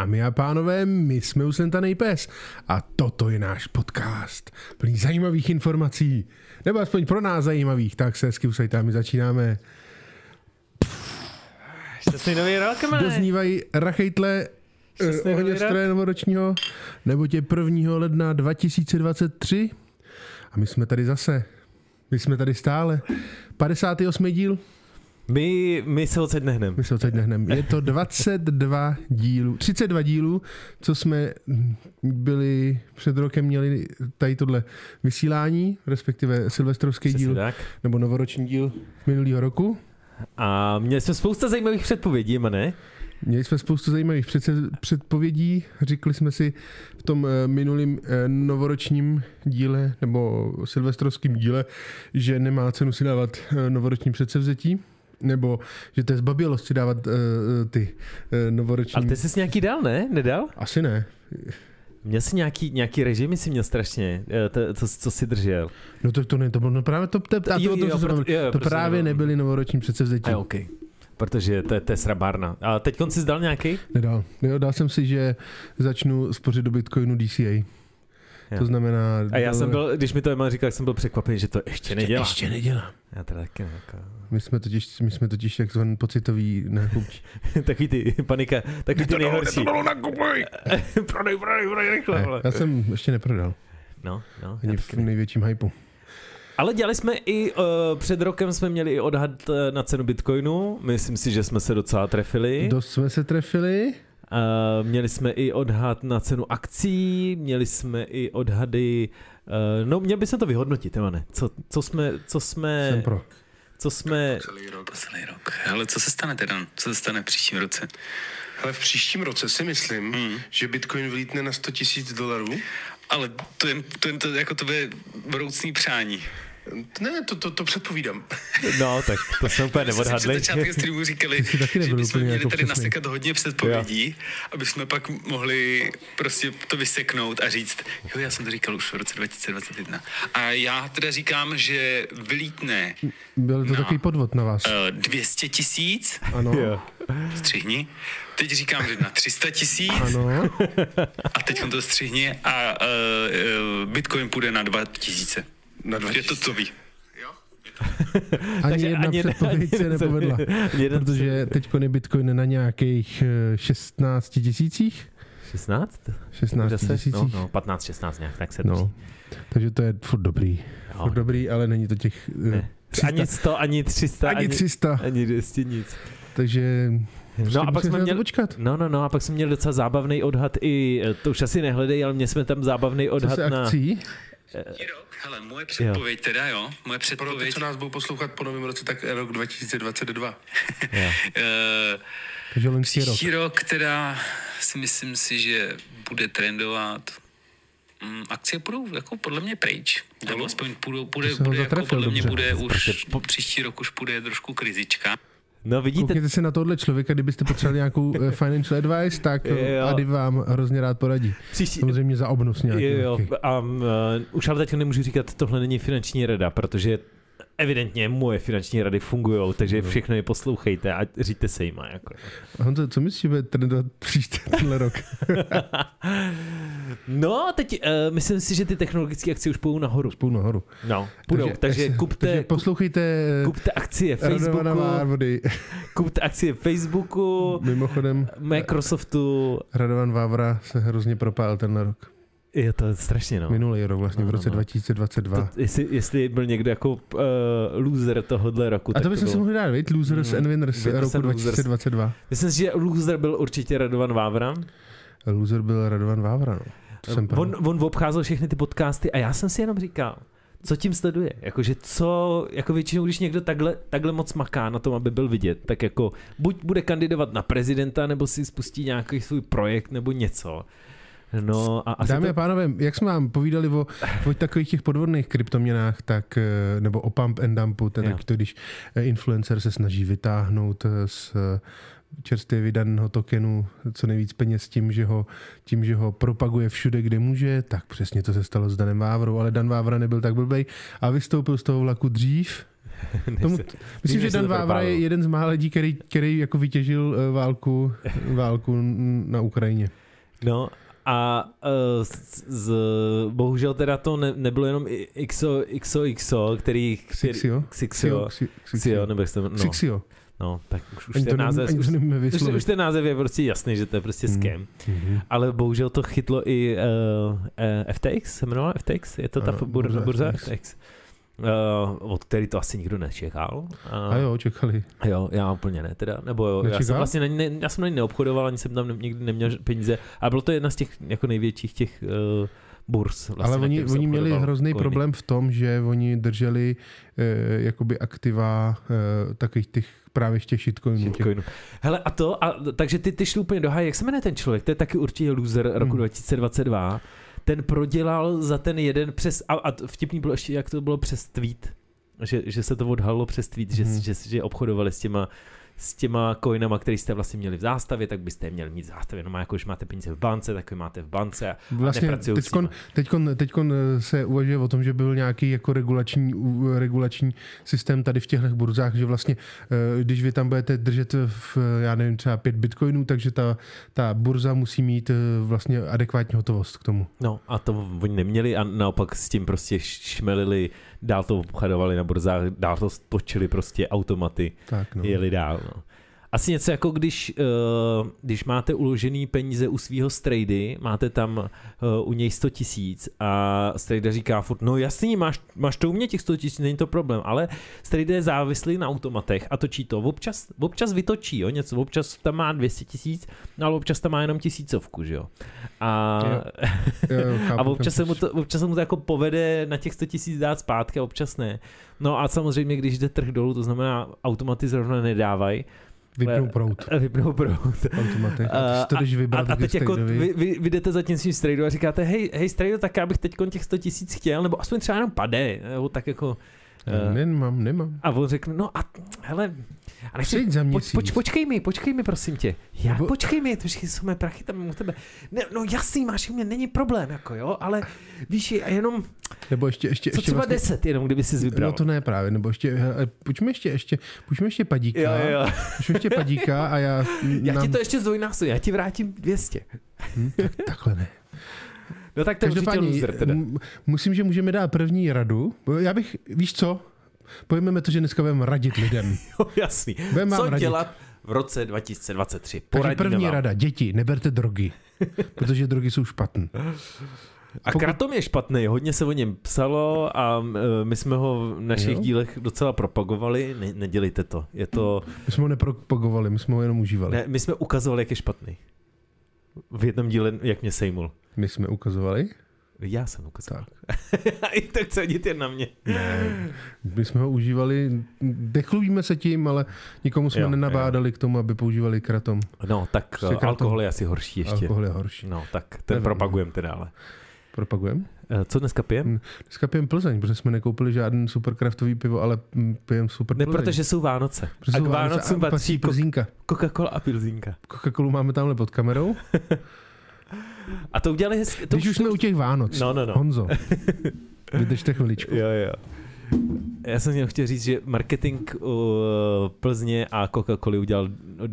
Dámy a pánové, my jsme Usentanej pes a toto je náš podcast plný zajímavých informací, nebo aspoň pro nás zajímavých, tak se hezky usaďte a my začínáme. Šťastný nový rok, mane. Doznívají rachejtle ohňostroje novoročního, nebo tě 1. ledna 2023 a my jsme tady zase, my jsme tady stále, 58. díl. My se odsaď nehnem. My se odsaď nehnem. Je to 32 dílů, co jsme byli před rokem měli tady tohle vysílání, respektive silvestrovský Přesně díl, tak. nebo novoroční díl minulýho roku. A měli jsme spousta zajímavých předpovědí, ne? Měli jsme spoustu zajímavých předpovědí. Řekli jsme si v tom minulým novoročním díle, nebo silvestrovským díle, že nemá cenu si dávat novoroční předsevzetí. Nebo že to je zbabělost si dávat ty novoroční... Ale ty jsi nějaký dal, ne? Nedal? Asi ne. Měl jsi nějaký režim, jsi měl strašně, co jsi držel. No to ne, to bylo právě to právě nebyly novoroční předsevzetí. Okay. Protože to je srabárna. A teď jsi zdal nějaký? Nedal. Jo, dal jsem si, že začnu spořit do Bitcoinu DCA. Jo. To znamená... A já jsem byl, když mi to Eman říkal, jsem byl překvapený, že to ještě nedělá. Ještě nedělá. Já teda taky jako... My jsme totiž takzvaný pocitový nákupčí. Takový ty panika, takový ty nejhorší. Nakupuj! Prodej rychle. Já jsem ještě neprodal. No. Ani v největším hypu. Ale dělali jsme i, před rokem jsme měli i odhad na cenu Bitcoinu. Myslím si, že jsme se docela trefili. Dost jsme se trefili. Měli jsme i odhad na cenu akcí, měli jsme i odhady, no měli bychom to vyhodnotit, Emane. Co jsme... Jsem pro. Co jsme... Celý rok. Hele, co se stane teda? Co se stane v příštím roce? Hele, v příštím roce si myslím, že Bitcoin vylítne na $100,000. Ale to je jako tvé budoucí přání. Ne, to předpovídám. No, tak to jsme úplně neodhadli. Před začátkem streamu říkali, že bychom měli tady nasekat hodně předpovědí, aby jsme pak mohli prostě to vyseknout a říct, jo, já jsem to říkal už v roce 2021. A já teda říkám, že vylítne byl to takový podvod na vás. 200 000. Ano. Jo. Střihni. Teď říkám, že na 300 000. Ano. A teď to střihni a Bitcoin půjde na 2000. Je to co ví. Ani jedna předpověď se nepovedla. Protože teď je Bitcoin na nějakých 16 000. 16? 16 000. No, 15-16 nějak, tak se no. Takže to je furt dobrý. Jo. Furt dobrý, ale není to těch 300. Ani 100, ani 300, ani 300. Ani 200, nic. Takže... No a pak jsme měli, a pak jsme měli docela zábavný odhad i, to už asi nehledej, ale měli jsme tam zábavný odhad na... akcí? Hele, moje předpověď teda, jo. Moje předpověď... Pro ty, co nás budou poslouchat po novém roce, tak rok 2022. Takže příští rok teda si myslím si, že bude trendovat. Akcie půjdou jako podle mě pryč. Nebo aspoň bude jako podle mě bude už příští rok už bude trošku krizička. No vidíte. Koukněte se na tohle člověka, kdybyste potřebovali nějakou financial advice, tak Ady vám hrozně rád poradí. Samozřejmě za obnos nějaký. Jo. A už ale teď nemůžu říkat, tohle není finanční rada, protože evidentně moje finanční rady fungujou, takže všechno je poslouchejte a říďte se jima. Jako. Honzo, co myslíš, že bude trendovat příště tenhle rok? No, teď myslím si, že ty technologické akcie už půjdou nahoru. No, půjdou, takže poslouchejte akcie Facebooku. Kupte akcie Facebooku. Mimochodem Microsoftu. Radovan Vávra se hrozně propál tenhle rok. Je to strašně, no. Minulý rok vlastně, v roce 2022. Jestli byl někdo jako loser tohohle roku. A to bychom si mohli dát, viď? Losers and winners roku 2022. Myslím si, že loser byl určitě Radovan Vávra. Loser byl Radovan Vávra, no. On obcházel všechny ty podcasty a já jsem si jenom říkal, co tím sleduje. Jakože jako většinou, když někdo takhle moc maká na tom, aby byl vidět, tak jako buď bude kandidovat na prezidenta, nebo si spustí nějaký svůj projekt, nebo něco. No, a dámy a pánové, jak jsme vám povídali o takových těch podvodných kryptoměnách, tak, nebo o pump and dumpu, tak to, když influencer se snaží vytáhnout z čerstvě vydaného tokenu co nejvíc peněz tím, že ho propaguje všude, kde může, tak přesně to se stalo s Danem Vávrou, ale Dan Vávra nebyl tak blbej a vystoupil z toho vlaku dřív, Myslím, že Dan Vávra je jeden z mála lidí, který jako vytěžil válku na Ukrajině. No a bohužel teda to nebylo jenom XOXO, který... Xixio, nebo jak se to... Xixio. No, tak už ten název je prostě jasný, že to je prostě scam. Ale bohužel to chytlo i FTX, se jmenovala FTX? Je to ta burza FTX? Od který to asi nikdo nečekal. A jo, čekali. Jo, já úplně ne teda. Nebo jo, já jsem na ní neobchodoval, ani jsem tam nikdy neměl peníze. A bylo to jedna z těch jako největších těch burz. Vlastně, ale oni měli hrozný problém v tom, že oni drželi jakoby aktiva takových těch právě těch shitcoinů. Hele, takže ty šli úplně do háje. Jak se jmenuje ten člověk? To je taky určitě loser roku 2022. Ten prodělal za ten jeden přes... A vtipný bylo ještě, jak to bylo přes tweet. Že se to odhalilo přes tweet, že obchodovali s těma coinama, který jste vlastně měli v zástavě, tak byste je měli mít v zástavě. No jako, když máte peníze v bance, tak je máte v bance a vlastně teďkon se uvažuje o tom, že byl nějaký jako regulační systém tady v těchto burzách, že vlastně, když vy tam budete držet já nevím, třeba 5 bitcoinů, takže ta burza musí mít vlastně adekvátní hotovost k tomu. No a to oni neměli a naopak s tím prostě šmelili, dál to obchodovali na burzách, dál to točili prostě automaty, jeli dál. No. Asi něco jako když máte uložený peníze u svýho strejdy, máte tam u něj 100 000 a strejda říká furt, no jasný, máš to u mě těch 100 000, není to problém, ale strejda je závislý na automatech a točí to. Občas vytočí, jo, něco, občas tam má 200 000, no ale občas tam má jenom 1000, že jo. A občas se mu to jako povede na těch 100 000 dát zpátky a občas ne. No a samozřejmě, když jde trh dolů, to znamená automaty zrovna nedávají, Vypnou proud. Automaty. A teď jako vy jdete za tím svým strejdu a říkáte, hej strejdo, tak já bych teď těch 100 000 chtěl, nebo aspoň třeba jenom pade, nebo tak jako... Nemám. A on řekne, no a hele, počkej mi, prosím tě. Počkej mi, to jsou mé prachy tam u tebe. Ne, no jasný, máš u mě, není problém, jako jo, ale víš, jenom... Nebo ještě co třeba vlastně, 10 jenom, kdyby jsi vybral. No to ne právě, nebo půjčme ještě padíka. Jo. Půjčme ještě padíka a já ti to ještě zdvojnásobím, já ti vrátím 200. Takhle ne. No tak to je určitě loser teda. Myslím, že můžeme dát první radu. Víš co? Pojmeme to, že dneska budeme radit lidem. Jo, jasný. Co dělat v roce 2023? Takže první rada, děti, neberte drogy, protože drogy jsou špatné. A kratom je špatný, hodně se o něm psalo a my jsme ho v našich dílech docela propagovali. Nedělejte to. My jsme ho nepropagovali, my jsme ho jenom užívali. Ne, my jsme ukazovali, jak je špatný. V jednom díle, jak mě sejmul. My jsme ukazovali? Já jsem ukazoval. Tak co hodit jen na mě. Ne, my jsme ho užívali, nechlubíme se tím, ale nikomu jsme nenabádali k tomu, aby používali kratom. No, tak alkohol je asi horší ještě. Alkohol je horší. No, tak ten propagujeme teda, ale. Propagujeme? Co dneska pijem? Dneska pijem Plzeň, protože jsme nekoupili žádný superkraftový pivo, ale pijem super Plzeň. Ne, protože jsou Vánoce. A k Vánocům patří Plzínka. Coca-Cola a Pilzínka. Coca-Colu máme tamhle pod kamerou. A to udělali hezky. Když už jsme u těch Vánoc. No. Honzo, vydržte chviličku. Jo. Já jsem měl chtěl říct, že marketing Plzně a Coca-Coly udělal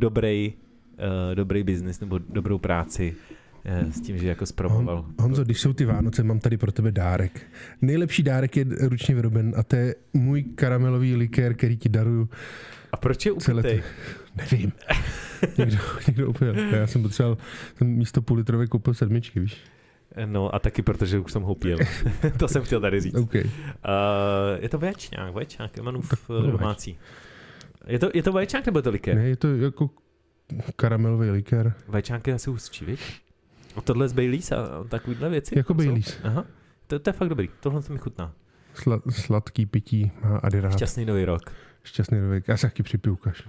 dobrý biznis nebo dobrou práci s tím, že jako zpromoval. Honzo, když jsou ty Vánoce, mám tady pro tebe dárek. Nejlepší dárek je ručně vyroben a to je můj karamelový likér, který ti daruju. A proč je upitej? Nevím. Někdo upil. Já jsem potřeboval místo půllitrové koupil 7, víš? No a taky protože už jsem ho pil. To jsem chtěl tady říct. Okay. Je to vaječňák, Emanův domácí. Je to vaječňák nebo je to likér? Ne, je to jako karamelový likér. Vaječňák je asi hustší, víš? A tohle z Baileys a takovýhle věci? Jako Baileys. Aha. To je fakt dobrý. Tohle to mi chutná. Sladký pití má Adirát. Šťastný nový rok. Já se taky připiju, ukaž.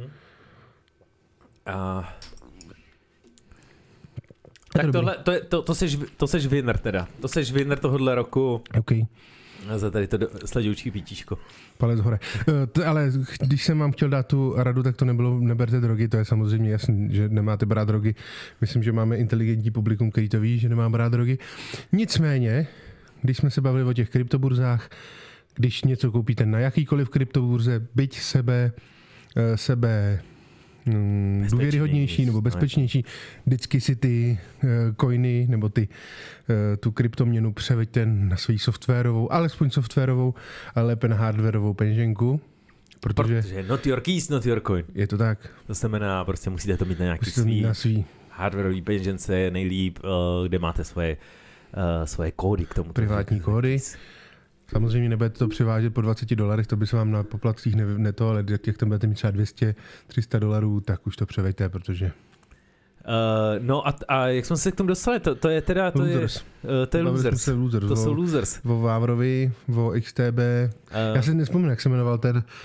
Tak tohle, to seš winner teda. To seš winner tohohle roku. Okay. Za tady to sledující pitíčko. Palec hore. Ale když jsem vám chtěl dát tu radu, tak to nebylo neberte drogy, to je samozřejmě jasný, že nemáte brát drogy. Myslím, že máme inteligentní publikum, který to ví, že nemá brát drogy. Nicméně, když jsme se bavili o těch kryptoburzách, když něco koupíte na jakýkoliv kryptoburze, byť sebe důvěryhodnější nebo bezpečnější, vždycky si ty coiny nebo tu kryptoměnu převeďte na svou softwarovou, alespoň softwarovou, ale lépe na hardwarovou peněženku. Protože not your keys, not your coin. Je to tak. To znamená, prostě musíte to mít na nějaký svý hardwarový peněžence nejlíp, kde máte svoje kódy k tomu. Privátní kódy. Samozřejmě nebudete to převážet po $20, to by se vám na poplatcích ale jak tam budete mít třeba $200-300, tak už to převeďte, protože... No a jak jsme se k tomu dostali? To je teda... Losers. To je losers. To jsou losers. O Vávrovi, o XTB. Já si nespomínám, jak se jmenoval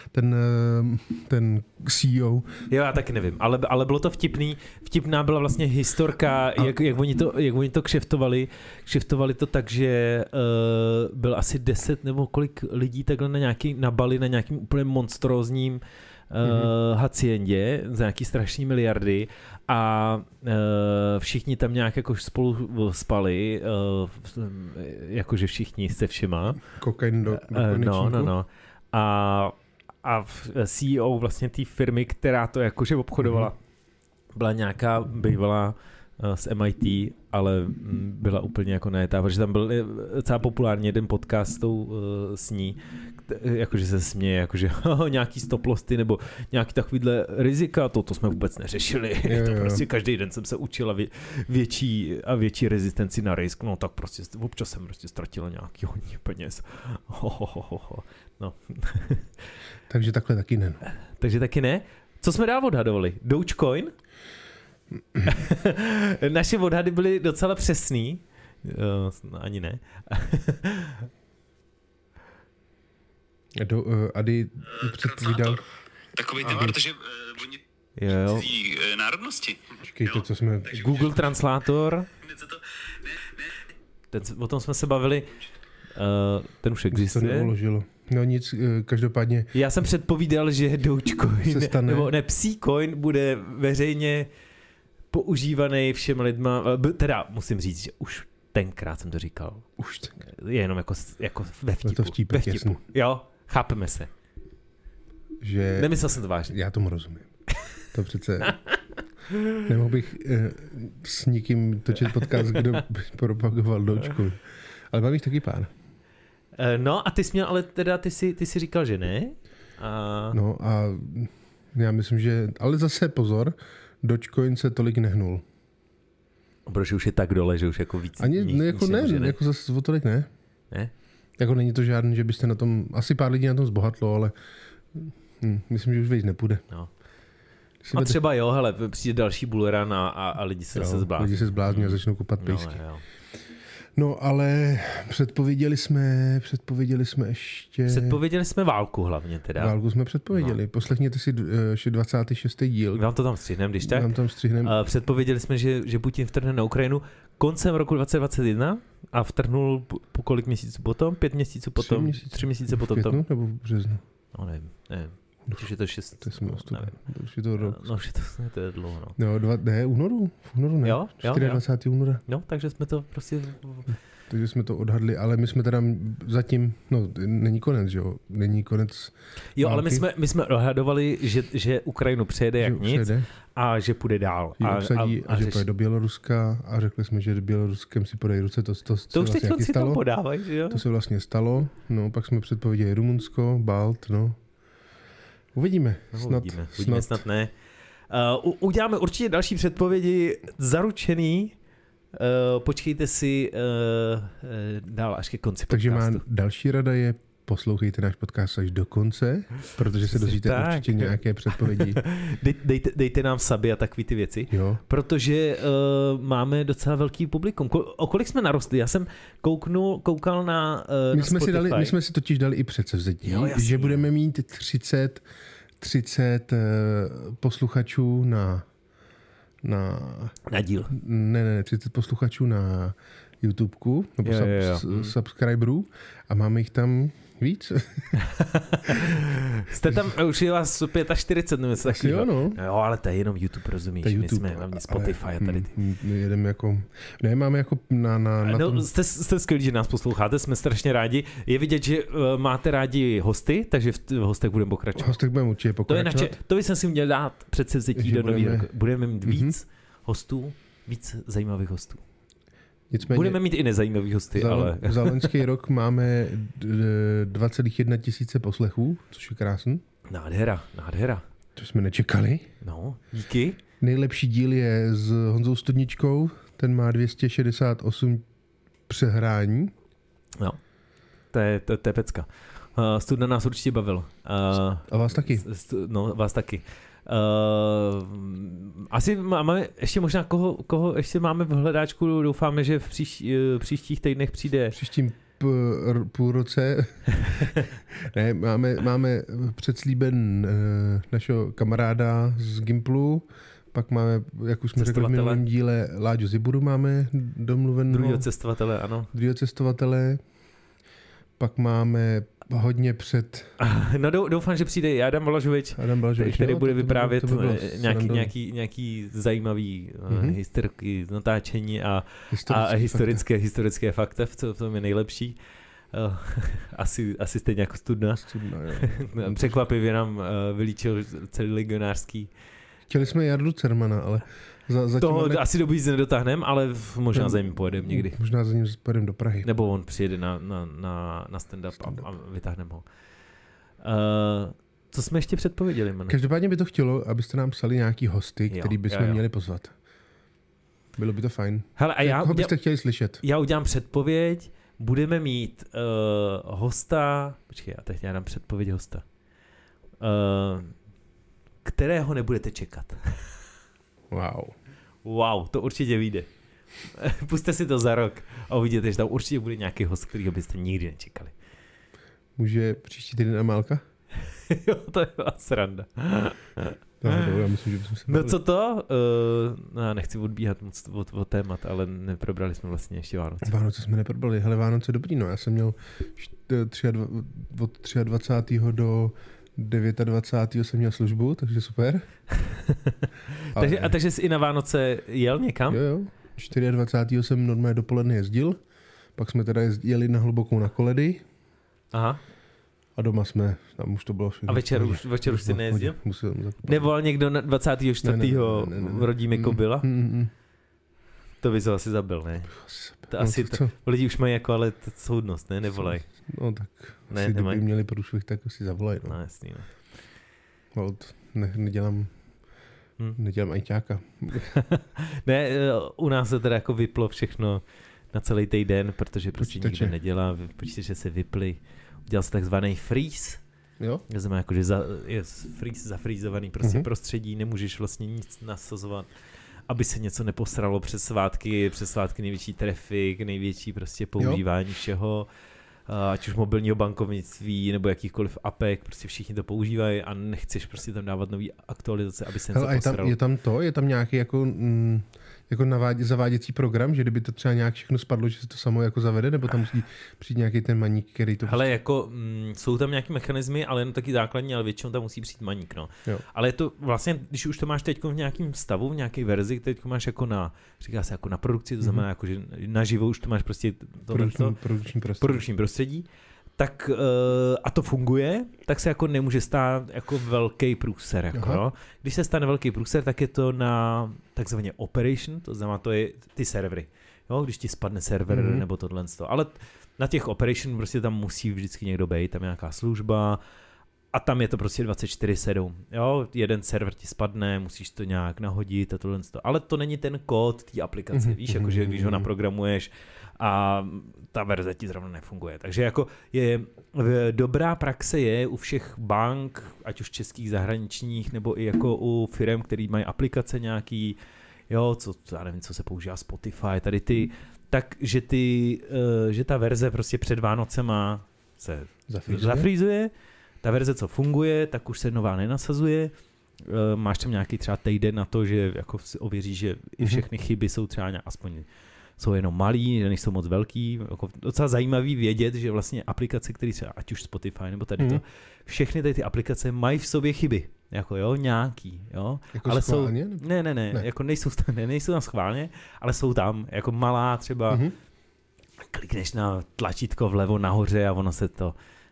ten CEO. Jo, já taky nevím, ale bylo to vtipný. Vtipná byla vlastně historka, jak oni to kšeftovali. Kšeftovali to tak, že byl asi 10 nebo kolik lidí takhle na Bali na nějakým úplně monstrózním haciendě za nějaký strašný miliardy a všichni tam nějak jako spolu spali, jakože všichni se všema. Kokain do No. A CEO vlastně té firmy, která to jakože obchodovala, byla nějaká bývalá z MIT, ale byla úplně jako najetá, protože tam byl docela populární jeden podcast s ní, jakože se směje, jakože nějaký stop lossy nebo nějaký takovýhle rizika, to jsme vůbec neřešili. To prostě každý den jsem se učila větší a větší rezistenci na risk, no tak prostě občas jsem prostě ztratila nějaký hodně peněz. No. Takže takhle taky ne. Takže taky ne. Co jsme dál odhadovali? Dogecoin? Naše odhady byly docela přesný. Ani ne. Ady předpovídal. Takový ty, protože oni národnosti. Počkej, to, co jsme... Google Translator. O tom jsme se bavili. Ten už existuje. To neuložilo. No nic, každopádně... Já jsem předpovídal, že Dogecoin, nebo ne, Psícoin bude veřejně používaný všem lidma. Teda musím říct, že už tenkrát jsem to říkal. Už tenkrát. Jenom jako ve vtipu. To vtípek, ve vtipu. Jo, chápeme se. Že... Nemyslel jsem to vážně. Já tomu rozumím. To přece... Nemohl bych s nikým točit podcast, kdo by propagoval Dogecoin. Ale mám jich taky pár. No a ty jsi měl, ale teda ty jsi říkal, že ne? No a já myslím, že... Ale zase pozor, Dogecoin se tolik nehnul. Protože už je tak dole, že už jako víc... Ani jako ne, jako zase o tolik ne. Ne? Jako není to žádný, že byste na tom... Asi pár lidí na tom zbohatlo, ale myslím, že už víc nepůjde. No. A třeba jo, hele, přijde další bull run a lidi se zblázní. Lidi se zblázní a začnou kupat pejsky. No, ale předpověděli jsme ještě... Předpověděli jsme válku hlavně teda. Válku jsme předpověděli. No. Poslechněte si 26. díl. Vám to tam střihneme, když tak. Vám tam střihneme. Předpověděli jsme, že Putin vtrhne na Ukrajinu koncem roku 2021 a vtrhnul po kolik měsíců potom? 5 měsíců potom? 3 měsíce potom? V květnu nebo v březnu? No nevím. Už je to 6. To jsme už je to rok. No, už to je dlouho, no. No, únoru ne. Jo? 24. února. No, takže jsme to prostě... Takže jsme to odhadli, ale my jsme teda zatím, no, není konec, že jo? Není konec Jo, války. Ale my jsme odhadovali, že Ukrajinu přejede jak nic přejede. A že půjde dál. A že půjde do Běloruska a řekli jsme, že Běloruskem si podají ruce. To už vlastně teď si tam podávají, že jo? To se vlastně stalo. No, pak jsme předpověděli Rumunsko, Balt, no. Uvidíme. Snad ne. Uděláme určitě další předpovědi zaručený. Počkejte si dál až ke konci Takže podcastu. má další rada je poslouchejte náš podcast až do konce, protože se dozvíte určitě nějaké předpovědi. Dejte nám suby a takový ty věci, jo. Protože máme docela velký publikum. O kolik jsme narostli? Já jsem koukal na Spotify. My jsme si totiž dali i předsevzetí, že budeme mít 30 posluchačů na díl. Ne, 30 posluchačů na YouTubeku, nebo subscriberů a máme jich tam Víc? Jste tam, už je vás 45, nebo něco takového. Jo, ale to je jenom YouTube, rozumíš? My jsme hlavně Spotify a tady ty. My jedeme jako, ne, máme jako na tom... Jste skvělí, že nás posloucháte, jsme strašně rádi. Je vidět, že máte rádi hosty, takže v hostech budeme pokračovat. Hostech budeme určitě pokračovat. To bych si měl dát předsevzetí do nového roku. Budeme mít víc hostů, víc zajímavých hostů. Nicméně, budeme mít i nezajímavý hosty, ale... Za loňský rok máme 2,1 tisíce poslechů, což je krásný. Nádhera. To jsme nečekali. No, díky. Nejlepší díl je s Honzou Studničkou, ten má 268 přehrání. No, to je pecka. Studna nás určitě bavil. A vás taky. No, vás taky. Asi máme ještě možná koho ještě máme v hledáčku, doufáme, že v příštích týdnech přijde. Příštím půl roce. Ne, máme předslíben našeho kamaráda z Gimplu, pak máme, jak už jsme řekli v minulém díle, Láďu Ziburu máme domluveného. Druhýho cestovatele, ano. Druhýho cestovatele. Pak máme hodně před... No doufám, že přijde i Adam Blažovič, který bude vyprávět nějaký zajímavý historky, natáčení a historické fakta, co v tom je nejlepší. Asi stejně jako Studna. Překvapivě nám vylíčil celý legionářský. Chtěli jsme Jardu Cermana, ale... Toho asi do Bízy nedotáhneme, ale možná za ním pojedeme někdy. Možná za ním pojedeme do Prahy. Nebo on přijede na stand-up a vytáhneme ho. Co jsme ještě předpověděli? Každopádně by to chtělo, abyste nám psali nějaký hosty, který bychom měli pozvat. Bylo by to fajn. Hele, a koho byste chtěli slyšet? Já udělám předpověď. Budeme mít hosta... Počkej, já teď dám předpověď hosta. Kterého nebudete čekat. Wow, to určitě vyjde. Pusťte si to za rok a uvidíte, že tam určitě bude nějaký host, kterýho byste nikdy nečekali. Může příští týden Amálka? Jo, to je vás sranda. Já myslím, že bychom se no co to? Já nechci odbíhat moc od témat, ale neprobrali jsme vlastně ještě Vánoce. Vánoce jsme neprobrali, hele, Vánoce dobrý, no. Já jsem měl od 23. do 29. jsem měl službu, takže super. takže jsi i na Vánoce jel někam? Jo. 24. jsem normálně dopoledne jezdil, pak jsme teda jeli na Hlubokou na Koledy. Aha. A doma jsme, tam už to bylo všechno. A večer už jsi nejezdil? Nevolal někdo na 24. Ne. rodíme Kobila? To by se asi zabil, ne? To asi lidi už mají jako, ale soudnost, ne? Nevolaj. No tak, ne, kdyby měli průšvih, tak si zavolaj. No jasný, no. Nedělám ajťáka. Ne, u nás se teda jako vyplo všechno na celý týden, protože prostě nikdo nedělá, počítače se vyply. Udělal se takzvaný freeze. Jo? To znamená, jako, že je freeze zafrýzovaný prostě prostředí, nemůžeš vlastně nic nasazovat, aby se něco neposralo přes svátky největší trafik, největší prostě používání všeho, ať už mobilního bankovnictví nebo jakýchkoliv apek, prostě všichni to používají a nechceš prostě tam dávat nový aktualizace, aby se něco posralo. Je tam nějaký jako zaváděcí program, že kdyby to třeba nějak všechno spadlo, že se to samo jako zavede, nebo tam musí přijít nějaký ten maník, který to... Hele, jako jsou tam nějaký mechanismy, ale jen taky základní, ale většinou tam musí přijít maník, no. Jo. Ale je to vlastně, když už to máš teď v nějakém stavu, v nějaké verzi, teď máš jako říká se jako na produkci, to znamená jako, že naživo už to máš prostě produkční prostředí. Tak a to funguje, tak se jako nemůže stát jako velký průser. Jako, no. Když se stane velký průser, tak je to na takzvaně operation, to znamená, to je ty servery. Jo, když ti spadne server nebo tohle. Ale na těch operation prostě tam musí vždycky někdo být, tam je nějaká služba a tam je to prostě 24/7. Jo, jeden server ti spadne, musíš to nějak nahodit a tohle. Ale to není ten kód té aplikace, víš, jakože když ho naprogramuješ a ta verze ti zrovna nefunguje. Takže jako dobrá praxe je u všech bank, ať už českých, zahraničních, nebo i jako u firem, který mají aplikace nějaký, jo, já nevím, co se používá, Spotify, tady ty, takže že ta verze prostě před Vánocema se zafrýzuje, ta verze, co funguje, tak už se nová nenasazuje, máš tam nějaký třeba týden na to, že jako si ověříš, že i všechny chyby jsou třeba aspoň jsou jenom malý, nejsou moc velký. Jako docela zajímavý vědět, že vlastně aplikace, které třeba, ať už Spotify nebo tady to, všechny tady ty aplikace mají v sobě chyby. Jako jo, nějaký, jo. Jako ale schválně? Jsou, ne, jako nejsou tam schválně, ale jsou tam, jako malá třeba, klikneš na tlačítko vlevo nahoře a ono se to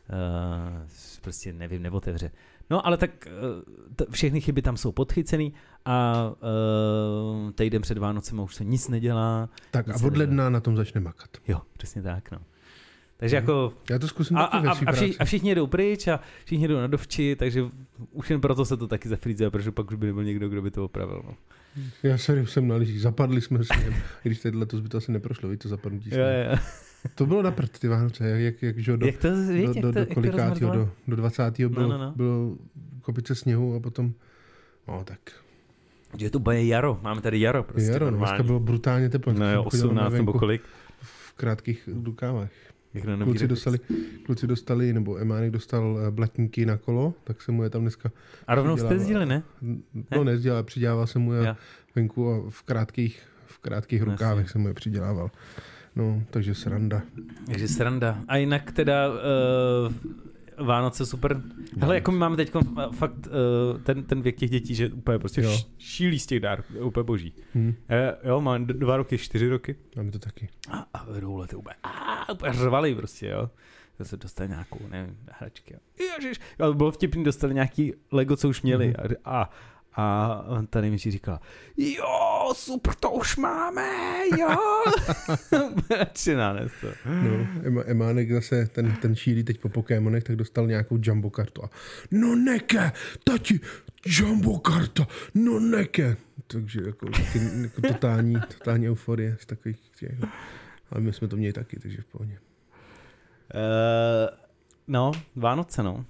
prostě nevím, neotevře. No, ale tak všechny chyby tam jsou podchycený a týden před Vánocem už se nic nedělá. Tak a od ledna na tom začne makat. Jo, přesně tak, no. Takže jako... Já to zkusím taky ve svý práci. A všichni jedou pryč a všichni jedou na dovči, takže už jen proto se to taky zafrýzuje, protože pak už by nebyl někdo, kdo by to opravil. No. Já jsem na lyžích, zapadli jsme s ním, když tohle to by to asi neprošlo, víš, to zapadnutí s ním. To bylo na prd, ty Vánoce, jak do kolikátýho, do 20. bylo kopice sněhu a potom, no tak. Je to bude jaro, máme tady jaro prostě. Jaro, no, dneska bylo brutálně teplo. No jo, 18 nebo kolik. V krátkých rukávách. Kluci dostali, nebo Emánek dostal blatníky na kolo, tak se mu je tam dneska... A rovnou jste jezdili, ne? No nejezdil, ale přidělával se mu je venku a v krátkých rukávech se mu je přidělával. No, takže sranda. A jinak teda Vánoce super. Hele, jako my máme teď fakt ten věk těch dětí, že úplně prostě šílí z těch dárků, je úplně boží. Jo, mám 2 roky, 4 roky. Máme to taky. A vedou lety úplně řvali prostě, jo. Zase dostali nějakou, nevím, hračky. Jo. Ježiš. Ale bylo vtipný, dostali nějaký Lego, co už měli. A tady mi říkala, jo, super, to už máme, jo. Začíná to. No, Emánek zase, ten šílí teď po Pokémonech, tak dostal nějakou jumbo kartu a no neke, tati, jumbo karta, no neke. Takže jako totální euforie z takových, ale my jsme to měli taky, takže v pohodě. No, Vánoce, no.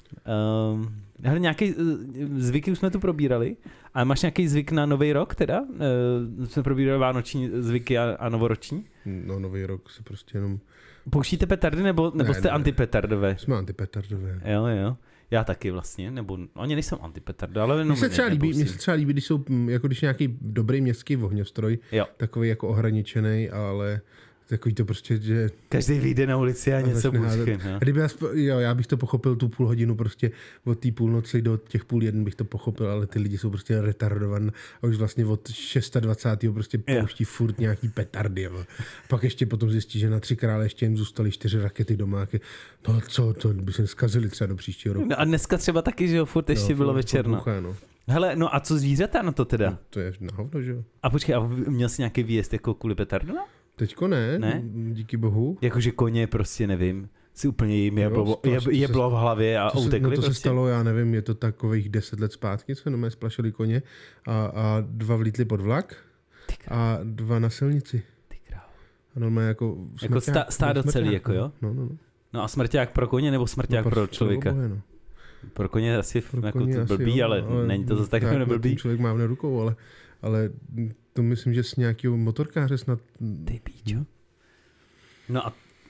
Hele, nějaký zvyky už jsme tu probírali, ale máš nějaký zvyk na Nový rok teda? Jsme probírali vánoční zvyky a novoroční? No, Nový rok se prostě jenom... Pouštíte petardy nebo jste antipetardové? Jsme antipetardové. Jo. Já taky vlastně, nebo oni nejsou antipetardy, ale jenom... Mně se třeba líbí, když jsou, jako když nějaký dobrý městský ohňostroj, takový jako ohraničený, ale... Takový to prostě, že... Každý vyjde na ulici a něco půjde. Já bych to pochopil tu půl hodinu prostě od té půlnoci do těch 12:30 bych to pochopil, ale ty lidi jsou prostě retardovaní a už vlastně od 26. prostě pouští furt nějaký petardy. Jo. Pak ještě potom zjistí, že na 3 krále ještě jim zůstaly 4 rakety doma. No co, to by se zkazili třeba do příštího roku. No a dneska třeba taky, že jo, furt ještě bylo večerno. No. Hele, no a co zvířata na to teda? No, to je na hovno, že jo. A počkej, a měl jsi nějaký výjezd jako kvůli petardu? Teďko ne, díky bohu. Jakože koně prostě, nevím, si úplně jim jeblo v hlavě a utekli to prostě. Se stalo, já nevím, je to takových 10 let zpátky, co jenom splašili koně a 2 vlítli pod vlak a 2 na silnici. Ty krávo. A normálně jako stádo celý, jako jo? No a smrťák pro koně nebo smrťák pro člověka? Bohe, no. Pro koně asi jako to blbý, ale není to zase tak blbý. Člověk mávne rukou, ale to myslím, že s nějakého motorkáře snad... Ty píčo. No a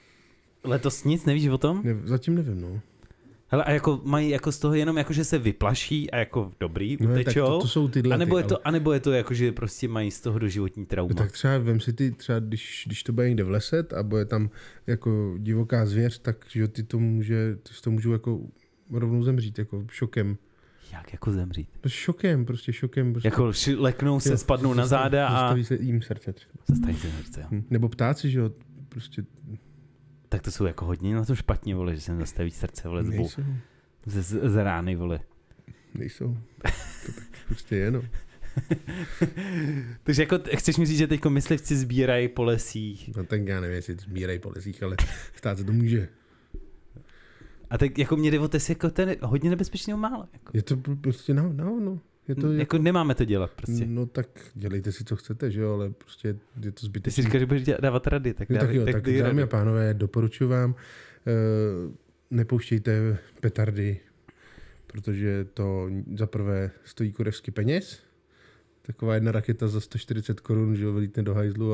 letos nic nevíš o tom? Zatím nevím, no. Hele, a jako mají jako z toho jenom jako, že se vyplaší a jako dobrý, utečou? To jsou tyhle anebo je to jako, že prostě mají z toho doživotní trauma? No, tak třeba vem si ty, třeba když to bude někde v lese a bude tam jako divoká zvěř, tak že ty to můžou jako rovnou zemřít, jako šokem. Jak jako zemřít? Šokem. Jako leknou se, spadnou na záda a... Zastaví se jim srdce třeba. Zastaví se srdce, jo. Nebo ptáci, že jo, prostě... Tak to jsou jako hodně na to špatně, vole, že se jim zastaví srdce, vole, z rány, vole. Nejsou. To tak prostě je, no. Takže jako chceš mi říct, že teďko myslivci sbírají po lesích? No tak já nevím, jestli sbírají po lesích, ale stát se to může. A tak jako mě jde o test, jako ten hodně nebezpečného málo. Jako. Je to prostě no. Je to jako nemáme to dělat prostě. No tak dělejte si, co chcete, že jo, ale prostě je to zbytečné. Ty si říkáš, že budeš dávat rady, tak dámy a pánové, doporučuji vám, nepouštějte petardy, protože to za prvé stojí kurevsky peněz. Taková jedna raketa za 140 korun, že jo, vylítne do hajzlu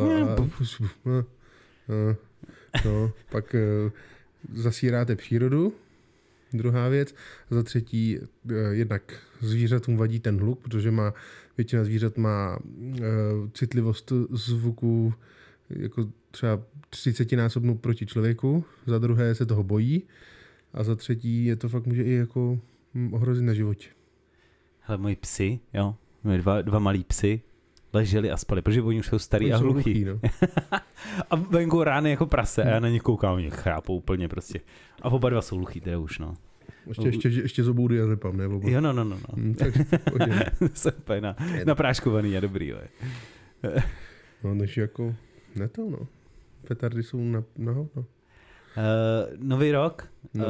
pak zasíráte přírodu, druhá věc. A za třetí, jednak zvířatům vadí ten hluk, protože většina zvířat má citlivost zvuků jako třeba 30násobnou proti člověku, za druhé se toho bojí a za třetí je to fakt může i jako ohrozit na životě. Hele, moji psi, jo, dva malí psi leželi a spali, protože oni už jsou starý a hluchý. No. A venku rány jako prase a já na ně koukám, oni chrápou úplně prostě. A oba dva jsou hluchý, teda už, no. Ještě zoboudy já nepám, ne? Jo, no. Tak jsou úplně napráškovaný a dobrý, jo. No, než jako, ne to, no. Petardy jsou na hovno. Nový rok.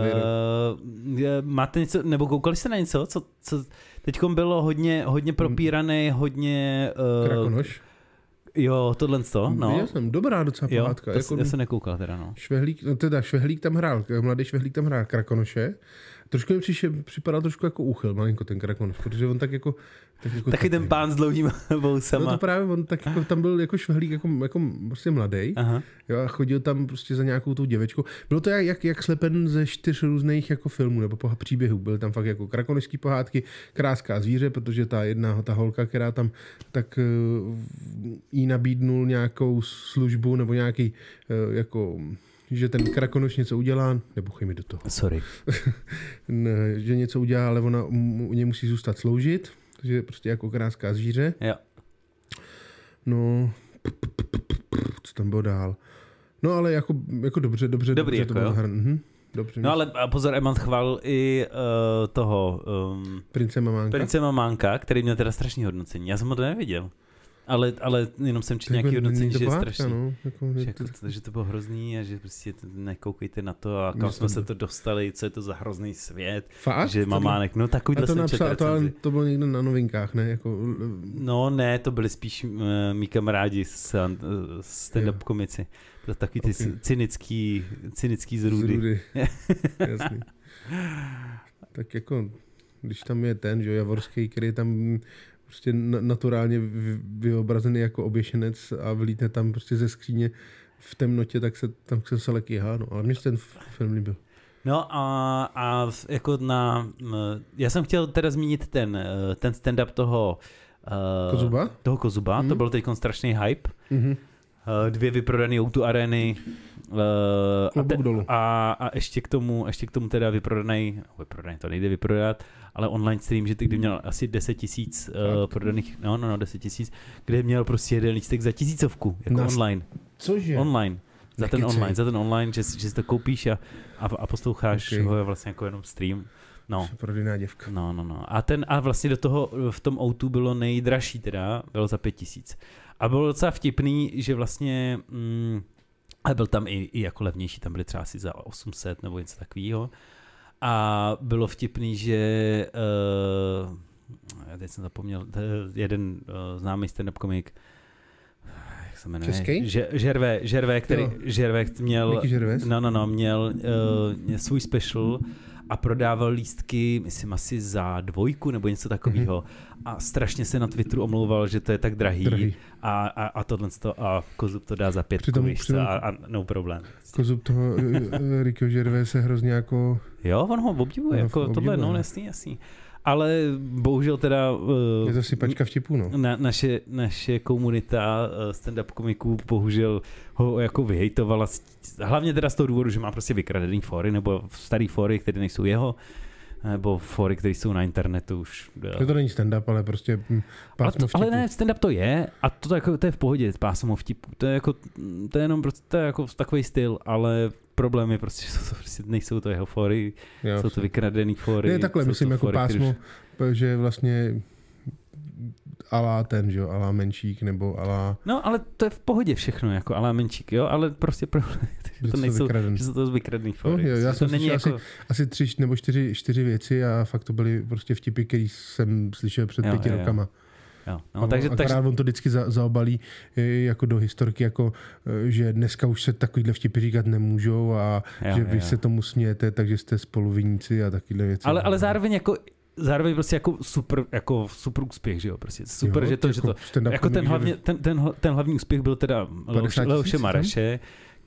Máte něco, nebo koukali jste na něco, co teďkom bylo hodně propíraný, hodně... Krakonoš? Jo, tohle to, no. Já jsem dobrá docela pohádka. Jako, já jsem nekoukal teda, no. Švehlík tam hrál, mladý Švehlík tam hrál Krakonoše. Trošku mi připadal trošku jako úchyl, malinko ten Krakonoš, protože on tak jako taky ten pán s dlouhýma vousama. No to právě, on tak jako tam byl jako Švehlík, jako prostě mladý. Jo, a chodil tam prostě za nějakou tou děvečkou. Bylo to jak slepen ze 4 různých jako filmů nebo příběhů. Byly tam fakt jako krakonošský pohádky, Kráská zvíře, protože ta holka, která tam tak jí nabídnul nějakou službu nebo nějaký jako... že ten Krakonoš něco udělá, nebuchej mi do toho. Sorry. Že něco udělá, ale ona u něj musí zůstat sloužit, takže je prostě jako Kráská zvíře. Jo. No, co tam bylo dál? No ale jako dobře. Dobrý, jako to bylo dobře. No ale pozor, Eman chválil i toho... Prince Mamánka, který měl teda strašný hodnocení. Já jsem ho to neviděl. Ale jenom jsem četl nějaký hodnocení, že je strašný. No, že to bylo hrozný a že prostě nekoukejte na to a kam jsme se to dostali, co je to za hrozný svět. Fakt? Že Mamánek, no takovýhle jsem četl recenzi. To bylo někde na novinkách, ne? Jako... No ne, to byli spíš mý kamarádi stand-up komici. To takový ty cynický zrůdy. Jasný. Tak jako, když tam je ten, že Javorský, který je tam prostě naturálně vyobrazený jako oběšenec a vlítne tam prostě ze skříně v temnotě, tak se tam se lekýhá, no. Ale mě ten film líbil. No a jako já jsem chtěl teda zmínit ten stand-up toho Kozuba, to byl teď strašný hype. 2 vyprodaný O2 arény a ještě k tomu teda vyprodaný, to nejde vyprodat, ale online stream, že ty kdy měl asi 10 000 prodaných, 10 000, kde měl prostě jeden lístek za 1000 jako online. Cože? Online. Za ten online, že si to koupíš a posloucháš ho vlastně jako jenom stream. No. Prodejná děvka. No. A vlastně do toho v tom O2 bylo nejdražší teda, bylo za 5000. A bylo docela vtipný, že vlastně, a byl tam i jako levnější, tam byly třeba asi za 800 nebo něco takového. A bylo vtipný, že, já teď jsem zapomněl, jeden známý stand-up komik, jak se jmenuje? Český? Žervé, který měl, měl svůj special a prodával lístky, myslím asi za 2 nebo něco takového. A strašně se na Twitteru omlouval, že to je tak drahý. A tohle a Kozub to dá za 5 a no problém. Kozub toho Rico Gervais se hrozně jako... Jo, on ho obdivuje, jako tohle, no jasný. Ale bohužel teda... Je to sypačka vtipů, no. Naše komunita stand-up komiků bohužel ho jako vyhejtovala, hlavně teda z toho důvodu, že má prostě vykradený fóry, nebo starý fóry, které nejsou jeho, nebo fóry, které jsou na internetu už. To není stand-up, ale prostě pásmo vtipu. Ale ne, stand-up to je a to je v pohodě, pásmo vtipu. To je jenom prostě to je jako takový styl, ale problém je prostě, že to prostě nejsou to jeho fóry, jsou to vykradený fóry. Ne, takhle myslím jako fóry, pásmo, že vlastně alá ten, že jo, alá Menšík, nebo alá... No, ale to je v pohodě všechno, jako alá Menšík, jo, ale prostě problém, že jsou to vykradený fóry. No, jo, já jsem slyšel jako... asi 3 nebo 4 věci a fakt to byly prostě vtipy, který jsem slyšel před 5 rokama. Jo. No, takže on to vždycky zaobalí jako do historky, jako že dneska už se takovýhle vtipy říkat nemůžou a že vy se tomu smějete, takže jste spoluviníci a takovýhle věci. Ale zároveň prostě jako super úspěch, že jo, prostě super, že to ten hlavní úspěch byl teda Leoše Mareše,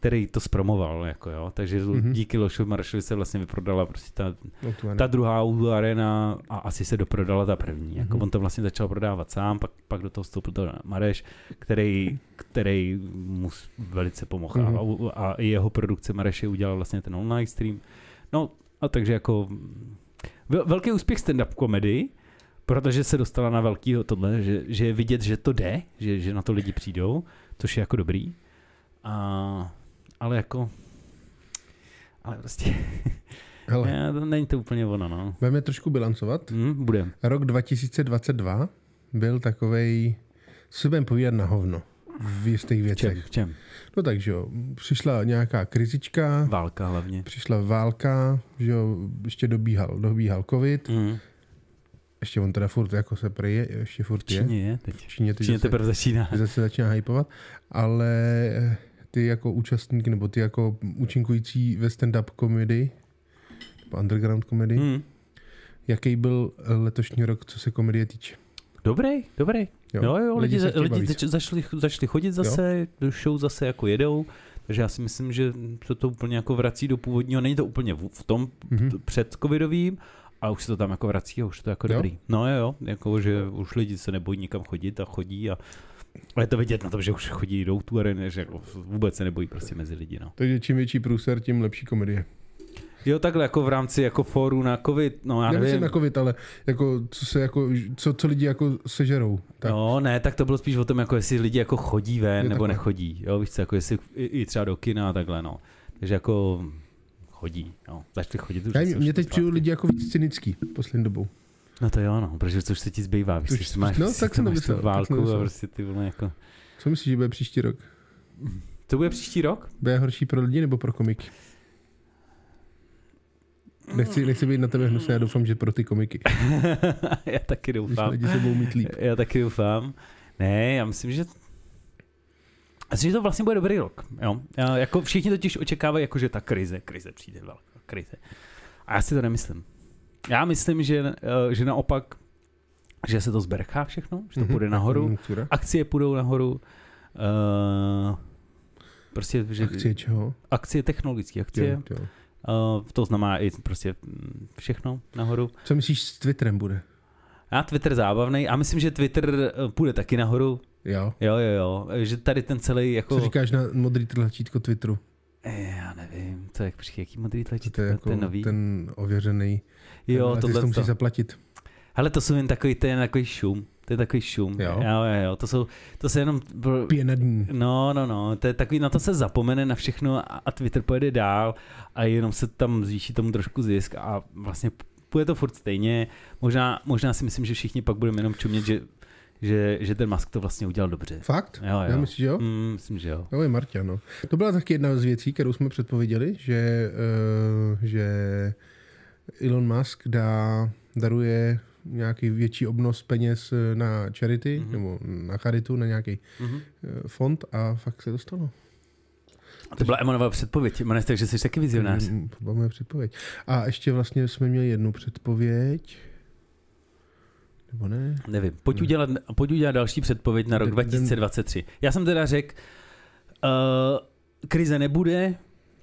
který to zpromoval, jako jo, takže díky Leošovi Marešovi se vlastně vyprodala prostě ta druhá O2 Arena a asi se doprodala ta první, jako on to vlastně začal prodávat sám, pak do toho vstoupil to Mareš, který mu velice pomohl a i jeho produkce Mareše udělal vlastně ten online stream, no a takže jako velký úspěch stand-up komedii, protože se dostala na velkýho tohle, že je vidět, že to jde, že na to lidi přijdou, což je jako dobrý. Ale prostě není to úplně ono, no. Budeme trošku bilancovat. Budeme. Rok 2022 byl takovej, co se budeme povídat na hovno v jistých věcech. Čem? No takže jo, přišla nějaká krizička. Válka hlavně. Přišla válka, že jo, ještě dobíhal covid. Ještě on teda furt jako se preje, ještě furt je. Číně je teď. Číně teprve začíná. Zase začíná hypovat, ale ty jako účastník, nebo ty jako účinkující ve stand-up komedii, nebo underground komedii, jaký byl letošní rok, co se komedie týče? Dobrý. Jo, lidi začali chodit zase, show zase jako jedou, takže já si myslím, že se to úplně jako vrací do původního, není to úplně v tom před covidovým, a už se to tam jako vrací a už to jako dobrý. No jo, jako že už lidi se nebojí nikam chodit a chodí a je to vidět na tom, že už chodí do tu areny, že jako vůbec se nebojí prostě mezi lidi, no. Takže čím větší průser, tím lepší komedie. Jo, takhle jako v rámci jako fóru na covid, no já nevím. Nevím na covid, ale jako co lidi jako sežerou. Tak. No ne, tak to bylo spíš o tom, jako jestli lidi jako chodí ven nebo nechodí, jo, víš co, jako jestli i třeba do kina a takhle, no. Takže jako chodí, no. Začali chodit už. Mě teď přijdu lidi jako víc cynický poslední dobou. No to jo, no, protože což se ti zbývá, víš, ty máš, máš tu válku a prostě ty vole jako... Co myslíš, že bude příští rok? To bude příští rok? Bude horší pro lidi nebo pro komiky? Nechci být na tebe hnusný, já doufám, že pro ty komiky. Já taky doufám. Lidi se budou mít líp. Já taky doufám. Ne, já myslím, že to vlastně bude dobrý rok. Jo? Jako všichni totiž očekávají, jako, že ta krize přijde, velká krize. A já si to nemyslím. Já myslím, že naopak, že se to zberchá všechno, že to půjde nahoru, akcie půjdou nahoru. Prostě, že akcie čeho? Akcie technologické, akcie. Jo. To znamená i prostě všechno nahoru. Co myslíš s Twitterem bude? A Twitter zábavný. A myslím, že Twitter půjde taky nahoru. Jo. Že tady ten celý jako... Co říkáš na modrý tlačítko Twitteru? Já nevím. To je jaký modrý tlačítko? To je jako ten nový? Ten ověřený. Jo, tohle to musíš zaplatit. Hele, to jsou jen takový šum. To je takový šum. Jo. To jsou jenom... Pěnadní. No. To je takový, na to se zapomene na všechno a Twitter pojede dál a jenom se tam zvýší tomu trošku zisk a vlastně půjde to furt stejně. Možná si myslím, že všichni pak budeme jenom čumět, že ten Musk to vlastně udělal dobře. Fakt? Jo. Já myslím, že jo? Myslím, že jo. Jo, je Marťa, no. To byla taky jedna z věcí, kterou jsme předpověděli, že Elon Musk daruje nějaký větší obnos peněz na charity, nebo na charitu, na nějaký fond a fakt se dostalo. A to byla Emanova předpověď, takže jsi taky vizionář. To byla moje předpověď. A ještě vlastně jsme měli jednu předpověď. Nebo ne? Nevím. Pojď udělat další předpověď na rok 2023. Já jsem teda řekl, krize nebude,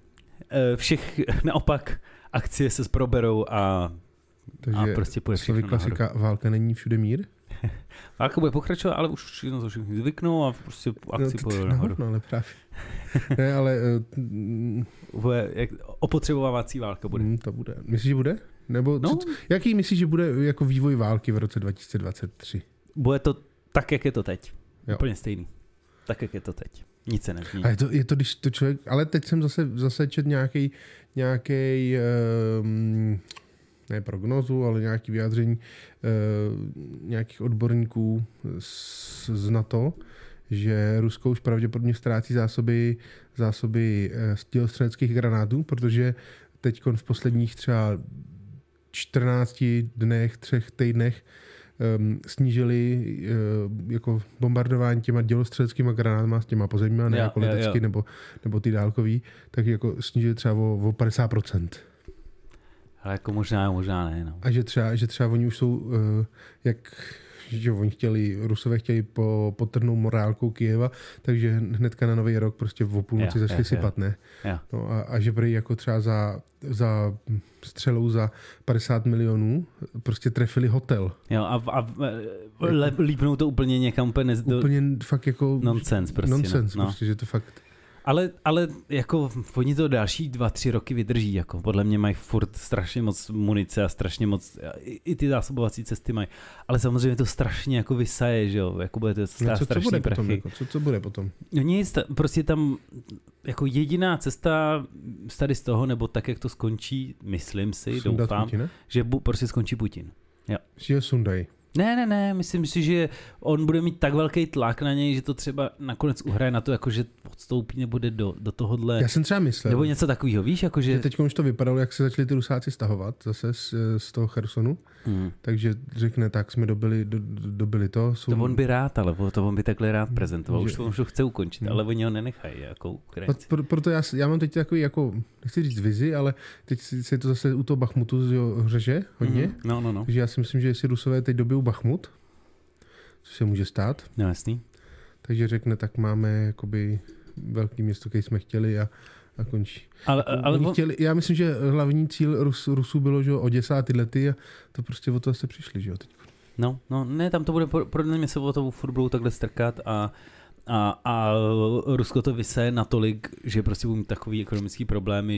naopak akcie se proberou a prostě půjde všechno klasika, nahoru. Válka není všude mír? Válka bude pokračovat, ale už na to všichni zvyknou a prostě akci půjde nahoru. No, ale právě. Ne, ale... Opotřebovávací válka bude. To bude. Myslíš, že bude? Nebo jaký myslíš, že bude jako vývoj války v roce 2023? Bude to tak, jak je to teď. Jo. Úplně stejný. Tak, jak je to teď. Nic se nezmění. A je to, když to člověk... Ale teď jsem zase čet nějaký ne prognozu, ale nějaké vyjádření nějakých odborníků z NATO, že Rusko už pravděpodobně ztrácí zásoby dělostřeleckých granátů, protože teď v posledních třeba 14 dnech, 3 týdnech snížili jako bombardování těma dělostřeleckýma granátama s těma pozemníma, ne jako letecky nebo ty dálkový, tak jako snížili třeba o 50%. Ale jako možná ne. No. A že třeba oni už jsou, jak že Rusové chtěli potrhnout morálkou Kyjeva, takže hnedka na Nový rok prostě v půlnoci začali sypat, ne? No a že prý jako třeba za střelou za 50 milionů prostě trefili hotel. Jo, a lípnou to úplně někam úplně fakt jako nonsense prostě, že to fakt... Ale jako oni to další 2-3 roky vydrží, jako podle mě mají furt strašně moc munice a strašně moc, i ty zásobovací cesty mají, ale samozřejmě to strašně jako vysaje, že jo, jako bude to strašný prachy. Co bude potom? No nic, prostě tam jako jediná cesta tady z toho, nebo tak, jak to skončí, myslím si, Sundat doufám, Putina? že prostě skončí Putin. Jo. Že sundají. Ne, myslím si, že on bude mít tak velký tlak na něj, že to třeba nakonec uhraje na to, jako že odstoupí nebo jde do tohohle. Já jsem třeba myslel. Nebo něco takového, víš? Jako že... Teď už to vypadalo, jak se začali ty Rusáci stahovat zase z toho Chersonu. Takže řekne, tak jsme dobili to. To on by rád, ale to on by takhle rád prezentoval. Už to chce ukončit, ale oni ho nenechají jako Ukrajinci. Proto já mám teď takový, jako, nechci říct vizi, ale teď se to zase u toho Bachmutu řeže hodně. No. Takže já si myslím, že jestli Rusové teď dobijou Bachmut, co se může stát. No jasný. Takže řekne, tak máme jakoby velký město, které jsme chtěli a končí. Já myslím, že hlavní cíl Rusů bylo, že Oděsa tyhle a to prostě o to se přišli, že jo, teď. No, ne, tam to bude, pro mě se o to furt budou takhle strkat a Rusko to vysaje natolik, že prostě budou mít takový ekonomický problémy,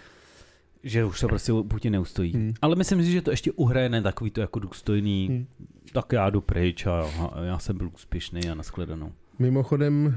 že už to prostě Putin neustojí. Ale myslím si, že to ještě uhraje ne takový to jako důstojný, tak já jdu pryč a já jsem byl úspěšný a nashledanou. Mimochodem,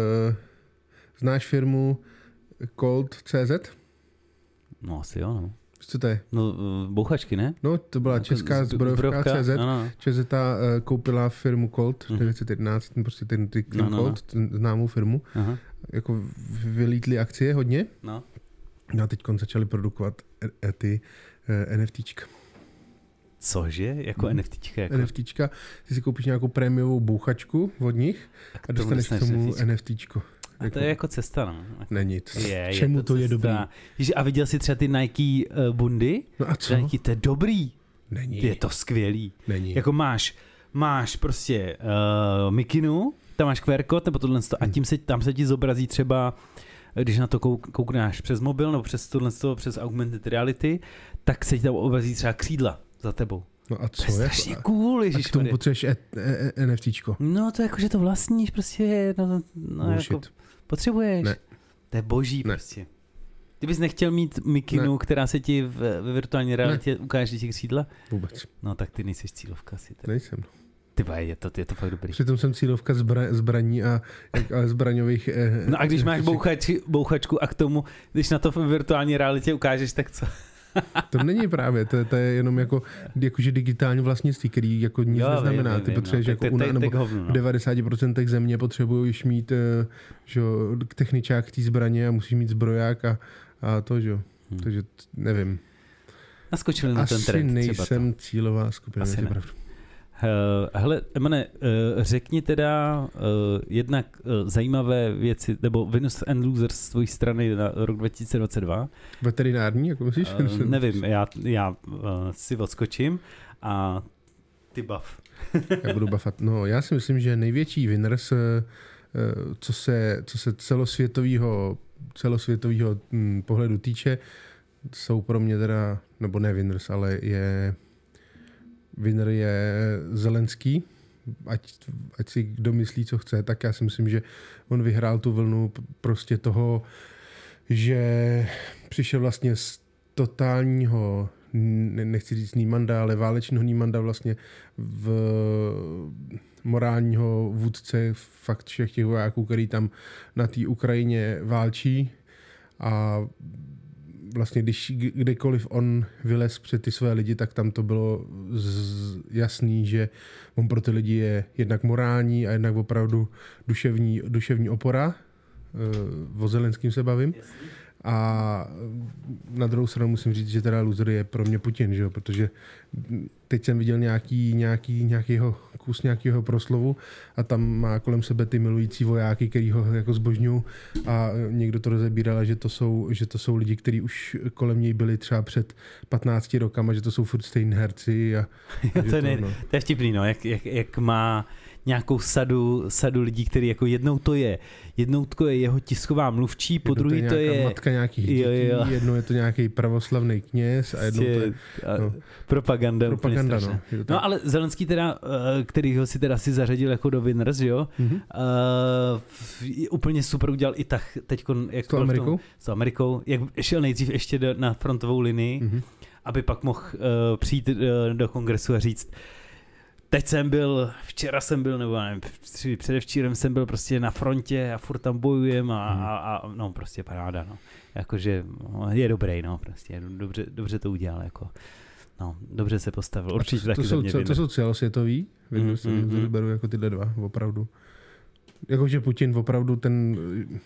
znáš firmu Colt.cz? No asi jo, no. Co to je? No, bouchačky, ne? No, to byla česká zbrojovka CZ. ČZ koupila firmu Colt 911, prostě ten Colt, ten známou firmu. Aha. Jako vylítly akcie hodně. No a teď začali produkovat ty NFTčka. Cože? Jako NFTčka? Jako... NFTčka. Ty si koupíš nějakou prémiovou bouchačku od nich a dostaneš k tomu NFTčko. A to je jako cesta, no. Není to. Čemu to je dobrý? A viděl jsi třeba ty Nike bundy? No a co? Nike, to je dobrý. Není. Je to skvělý. Není. Jako máš prostě mikinu, tam máš QR kód nebo tohle a tam se ti zobrazí třeba, když na to kouknáš přes mobil nebo přes augmented reality, tak se ti tam obrazí třeba křídla za tebou. No a co? To je strašně cool, ježiš. A k tomu potřebuješ NFTčko. No to jako, že to vlastníš prostě, no jako potřebuješ. Ne. To je boží prostě. Ty bys nechtěl mít mikinu, která se ti ve virtuální realitě ukáže těch křídla? Vůbec. No tak ty nejsi cílovka asi. Nejsem. Ty je to fakt dobrý. Přitom jsem cílovka zbraní a zbraňových... No a když máš bouchačku a k tomu, když na to v virtuální realitě ukážeš, tak co? To není právě, to je jenom jakože digitální vlastnictví, který jako nic neznamená. Ty potřebuješ jako v 90% země potřebuješ mít techničák té zbraně a musíš mít zbroják a to, že jo. Takže nevím. Naskočili na ten trend. Asi nejsem cílová skupina. Hele, Emane, řekni teda jednak zajímavé věci, nebo Winners and Losers z tvojí strany na rok 2022. Veterinární, jako myslíš? Nevím, já si odskočím a ty bav. Já budu bafat. No, já si myslím, že největší winners, co se celosvětového pohledu týče, jsou pro mě teda, nebo ne winners, ale winner je Zelenský, ať si kdo myslí, co chce, tak já si myslím, že on vyhrál tu vlnu prostě toho, že přišel vlastně z totálního, nechci říct nímanda, ale válečného nímanda vlastně v morálního vůdce fakt všech těch vojáků, který tam na té Ukrajině válčí a vlastně kdekoliv on vylez před ty své lidi, tak tam to bylo jasný, že on pro ty lidi je jednak morální a jednak opravdu duševní opora. O Zelenským se bavím. A na druhou stranu musím říct, že teda loser je pro mě Putin, že jo? Protože teď jsem viděl nějaký jeho kus nějakého proslovu a tam má kolem sebe ty milující vojáky, který ho jako zbožňují a někdo to rozebíral, že to jsou lidi, kteří už kolem něj byli třeba před 15 rokama, že to jsou furt stejný herci. To je vtipný, no, jak má nějakou sadu lidí, který jako jednou to je jeho tisková mluvčí, po druhý to je matka nějakých dětí, jednou je to nějaký pravoslavný kněz a jednou to je propaganda no. Ale Zelenský teda, kterýho si teda si zařadil jako do winners, jo? Úplně super udělal i tak teďko, jak s Amerikou, jak šel nejdřív ještě na frontovou linii, aby pak mohl přijít do kongresu a říct: včera jsem byl, nebo nevím, předevčírem jsem byl prostě na frontě a furt tam bojujem a no prostě paráda, no. Jakože je dobrý, no, prostě dobře to udělal, jako. No, dobře se postavil, určitě taky za mě winner. To jsou celosvětový, beru jako tyhle dva, opravdu. Jakože Putin opravdu ten...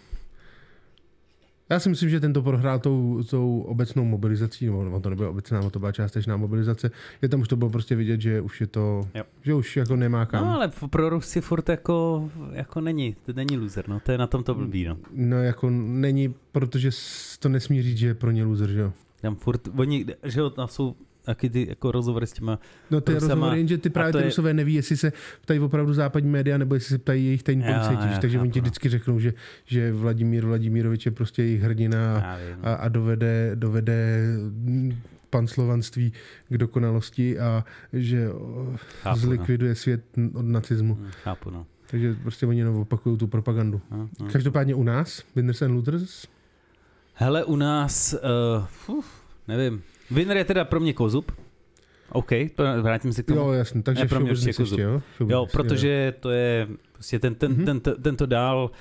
Já si myslím, že tento prohrál tou obecnou mobilizací, nebo to nebyla obecná, to byla částečná mobilizace. Je tam už to bylo prostě vidět, že už je to, že už jako nemá kam. No ale pro Rusy furt jako není loser, no, to je na tom to blbý, no. No jako není, protože to nesmí říct, že je pro ně loser, že jo. Tam furt, oni, že jo, tam jsou taky ty jako rozhovory s těma no ty rozhovory, jenže ty právě ty Rusové neví, jestli se ptají opravdu západní média, nebo jestli se ptají jejich tajní policajti, takže oni ti vždycky řeknou, že Vladimirovič je prostě jejich hrdina a dovede panslovanství k dokonalosti a že zlikviduje svět od nacismu. Chápu, no. Takže prostě oni jenom opakují tu propagandu. Každopádně u nás, Winners and Losers? Hele, u nás, nevím. Winner je teda pro mě Kozub. OK, vrátím se k tomu. Jo, jasně, takže pro mě určitě Kozub. Jo, protože to je prostě tento dál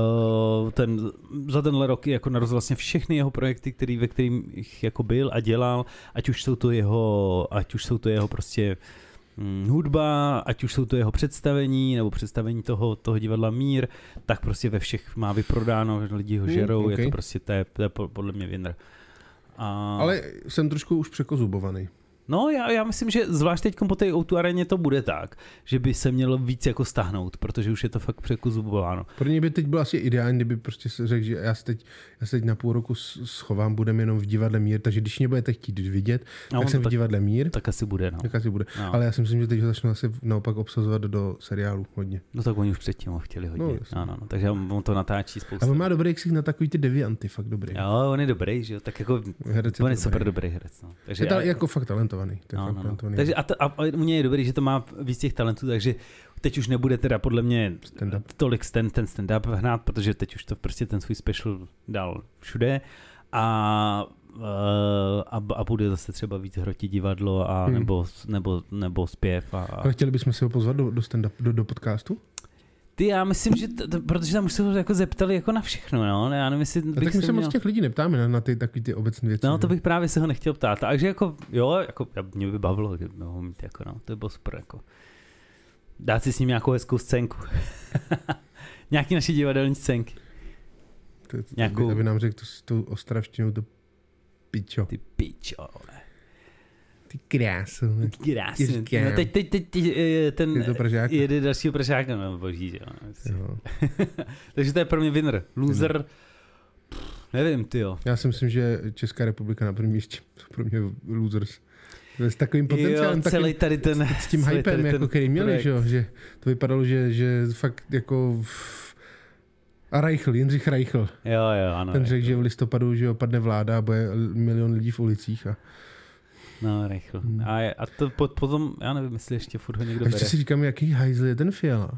za tenhle rok jako naroz vlastně všechny jeho projekty, ve kterých jako byl a dělal, ať už jsou to jeho prostě hudba, ať už jsou to jeho představení nebo představení toho divadla Mír, tak prostě ve všech má vyprodáno, lidi ho žerou, okay. Je to prostě, to je podle mě winner. Ale jsem trošku už překozubovaný. No, já myslím, že zvlášť teď po té O2 areně to bude tak, že by se mělo víc jako stáhnout, protože už je to fakt překozubováno. Pro mě by teď bylo asi ideální, kdyby prostě se řekl, že já se teď na půl roku schovám, budeme jenom v divadle Mír, takže když mě budete chtít vidět, tak jsem v divadle Mír. Tak asi bude, no. No. Ale já si myslím, že teď ho začnu asi naopak obsazovat do seriálu hodně. No tak oni už předtím ho chtěli hodně. No. Takže on to natáčí spoustu. A on má dobrý ksich na takový ty devianty, fakt dobrý. Jo, on je dobrý, že jo, tak jako on je super dobrý herec, no. Takže je jako fakt talentovaný. Takže a u mě je dobrý, že to má víc těch talentů, takže teď už nebude teda podle mě tolik ten stand-up hrát, protože teď už to prostě ten svůj special dal všude a bude zase třeba víc hrotit divadlo a nebo zpěv. Ale chtěli bychom se ho pozvat do stand-up, do podcastu? Já myslím, že protože tam už se ho jako zeptali jako na všechno, no. Já nevím, jestli tak my se moc těch lidí neptáme na ty takový ty obecné věci. No, to bych právě se ho nechtěl ptát. Takže jako, mě by bavilo, kdyby ho mít jako, no. To by bylo super, jako. Dát si s ním nějakou hezkou scénku. Nějaký naši divadelní scénky. Nějakou... Aby nám řekl tu ostravštinu, to pičo. Ty pičo, Ty krásu. No teď ten jede dalšího pražáka, no boží, jo. Takže to je pro mě winner. Loser, nevím, tyjo. Já si myslím, že Česká republika na prvním místě pro mě losers. S takovým potenciálem, celý tady ten, s tím hypem, jako který měli, že to vypadalo, že fakt jako... A Jindřich Reichl. Jo, ano. Ten řekl, že v listopadu, že opadne vláda a bude 1 milion lidí v ulicích a no, rychle. A to potom, já nevím, jestli ještě furt ho někdo bere. A ještě si říkám, jaký hajzl je ten Fiala.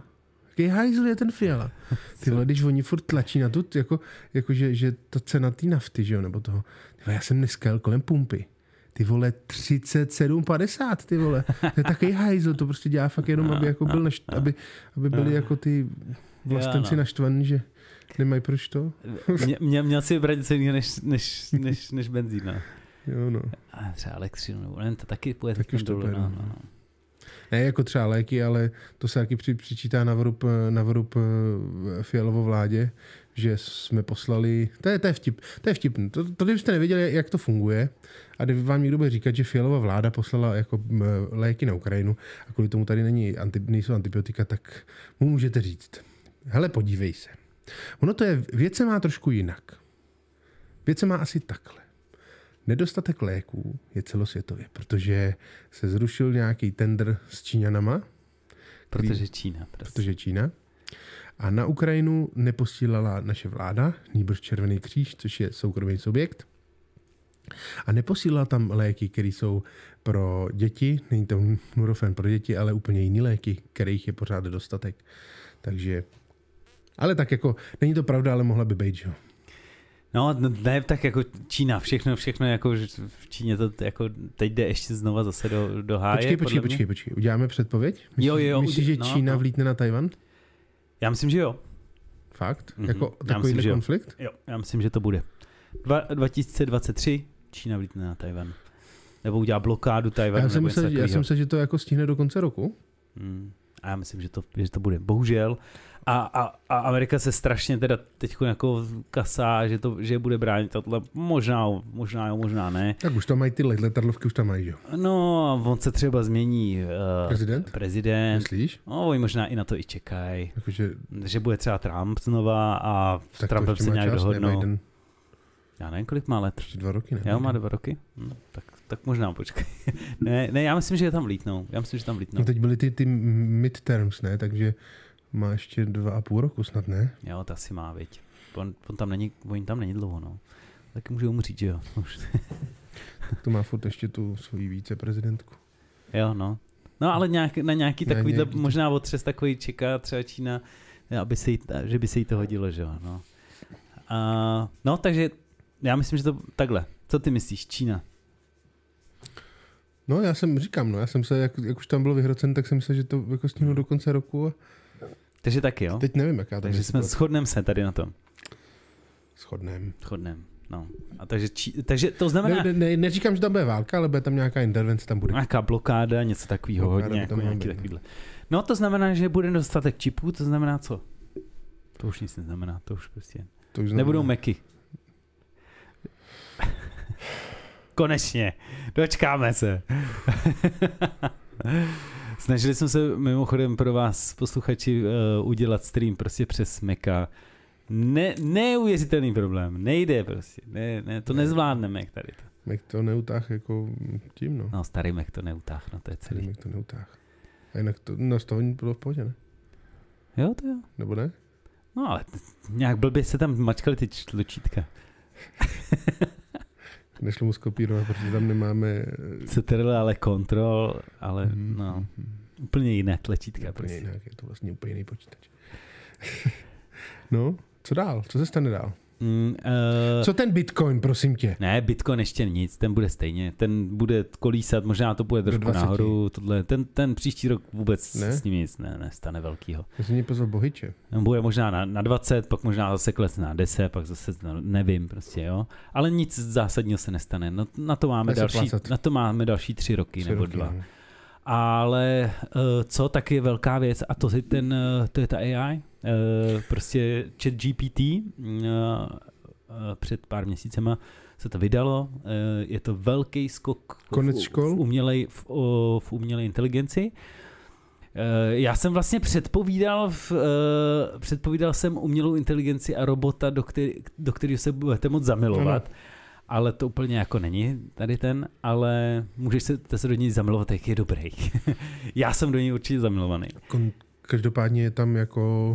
Ty vole, když oni furt tlačí na tu, jako že ta cena té nafty, že jo, nebo toho. Ty vole, já jsem dneska jel kolem pumpy. Ty vole, 37,50, ty vole. To je takový hajzl, to prostě dělá fakt jenom, aby jako byl aby byli jako ty vlastenci naštvaní, že nemají proč to. Měl si vybrat něco jiného než benzín, no. Jo, no. A třeba elektřinu, nebo nevím, to taky půjde tak dolů. No. Ne jako třeba léky, ale to se taky přičítá na vrub Fialovo vládě, že jsme poslali, to je vtipný. To kdybyste nevěděli, jak to funguje, a kdyby vám někdo bude říkat, že Fialova vláda poslala jako léky na Ukrajinu a kvůli tomu tady nejsou antibiotika, tak mu můžete říct, hele, podívej se. Ono to je, věc se má trošku jinak. Věc se má asi takhle. Nedostatek léků je celosvětově, protože se zrušil nějaký tender s Číňanama. Protože Čína. A na Ukrajinu neposílala naše vláda, nýbrž Červený kříž, což je soukromý subjekt. A neposílala tam léky, které jsou pro děti, není to Nurofen pro děti, ale úplně jiný léky, kterých je pořád dostatek. Takže, ale tak jako, není to pravda, ale mohla by být, že jo. No, ne, tak jako Čína, všechno jako v Číně to jako teď jde ještě znova zase do háje. Počkej, uděláme předpověď? Myslíš, že Čína vlítne na Tajvan? Já myslím, že jo. Fakt? Jako takovýhle konflikt? Jo, já myslím, že to bude. 2023 Čína vlítne na Tajvan. Nebo udělá blokádu Tajvanu. Já jsem myslel, že to jako stihne do konce roku. A já myslím, že to bude. Bohužel. A Amerika se strašně teda teď jako kasá, že bude bránit tohle. Možná ne. Tak už tam mají ty letadlovky, už tam mají, jo? No, on se třeba změní prezident. Myslíš? No, oni možná i na to i čekají. Že bude třeba Trump znova a s Trumpem se nějak dohodnou. Já nevím, kolik má let. Ještě 2 roky, ne? Já má 2 roky? Tak možná počkej. ne, já myslím, že tam vlítnou. No teď byly ty midterms, ne? Takže má ještě 2,5 roku snad, ne? Jo, to asi má, viď. On tam není dlouho, no. Taky může umřít, že jo. Tak to má furt ještě tu svoji víceprezidentku. Jo, no. No, ale na nějaký takovýhle, možná otřes takový čeká třeba Čína, že by se jí to hodilo, že jo, no. No, takže já myslím, že to takhle. Co ty myslíš, Čína? No, já jsem se, jak už tam bylo vyhrocen, tak jsem myslel, že to jako stihnu do konce roku. Takže taky, jo? Teď nevím, jaká to je. Takže shodneme se tady na tom. Shodneme, no. A takže to znamená... Neříkám, že tam bude válka, ale bude tam nějaká intervence, tam bude. Nějaká blokáda, něco takového, hodně, jako nějaký takovýhle. No, to znamená, že bude dostatek čipů, to znamená co? To už nic neznamená, to už prostě... Nebudou Macy. Konečně. Dočkáme se. Snažili jsme se mimochodem pro vás, posluchači, udělat stream prostě přes Maca. Neuvěřitelný problém. Nejde prostě. To nezvládneme, jak tady to. Mac to neutáh jako tím, no. No, starý Mac to neutáh, no to je celý. Starý Mac to neutáh. A jinak to nastavení bylo v pohodě, ne? Jo, to jo. Nebo ne? No, ale nějak blbě se tam mačkali ty tlačítka. Nešlo mu skopírovat, protože tam nemáme... CTRL, ale kontrol, ale no, úplně jiné tlačítka. Úplně jinak, je to vlastně úplně jiný počítač. No, co dál? Co se stane dál? Co ten Bitcoin, prosím tě? Ne, Bitcoin ještě nic, ten bude stejně, ten bude kolísat, možná to bude trošku nahoru, tohle, ten příští rok vůbec s ním nic nestane velkýho. Já jsem mě pozval Bohyče. Bude možná na 20, pak možná zase klesne na 10, pak zase nevím prostě, jo. Ale nic zásadního se nestane, na to máme další 3 roky nebo 2. Ne. Ale co taky je velká věc, a to je ta AI, prostě ChatGPT, před pár měsícema se to vydalo, je to velký skok v umělé inteligenci. Já jsem vlastně předpovídal jsem umělou inteligenci a robota, do kterého se budete moc zamilovat. Ale to úplně jako není tady ale můžete se do něj zamilovat, jak je dobrý. Já jsem do něj určitě zamilovaný. Každopádně je tam jako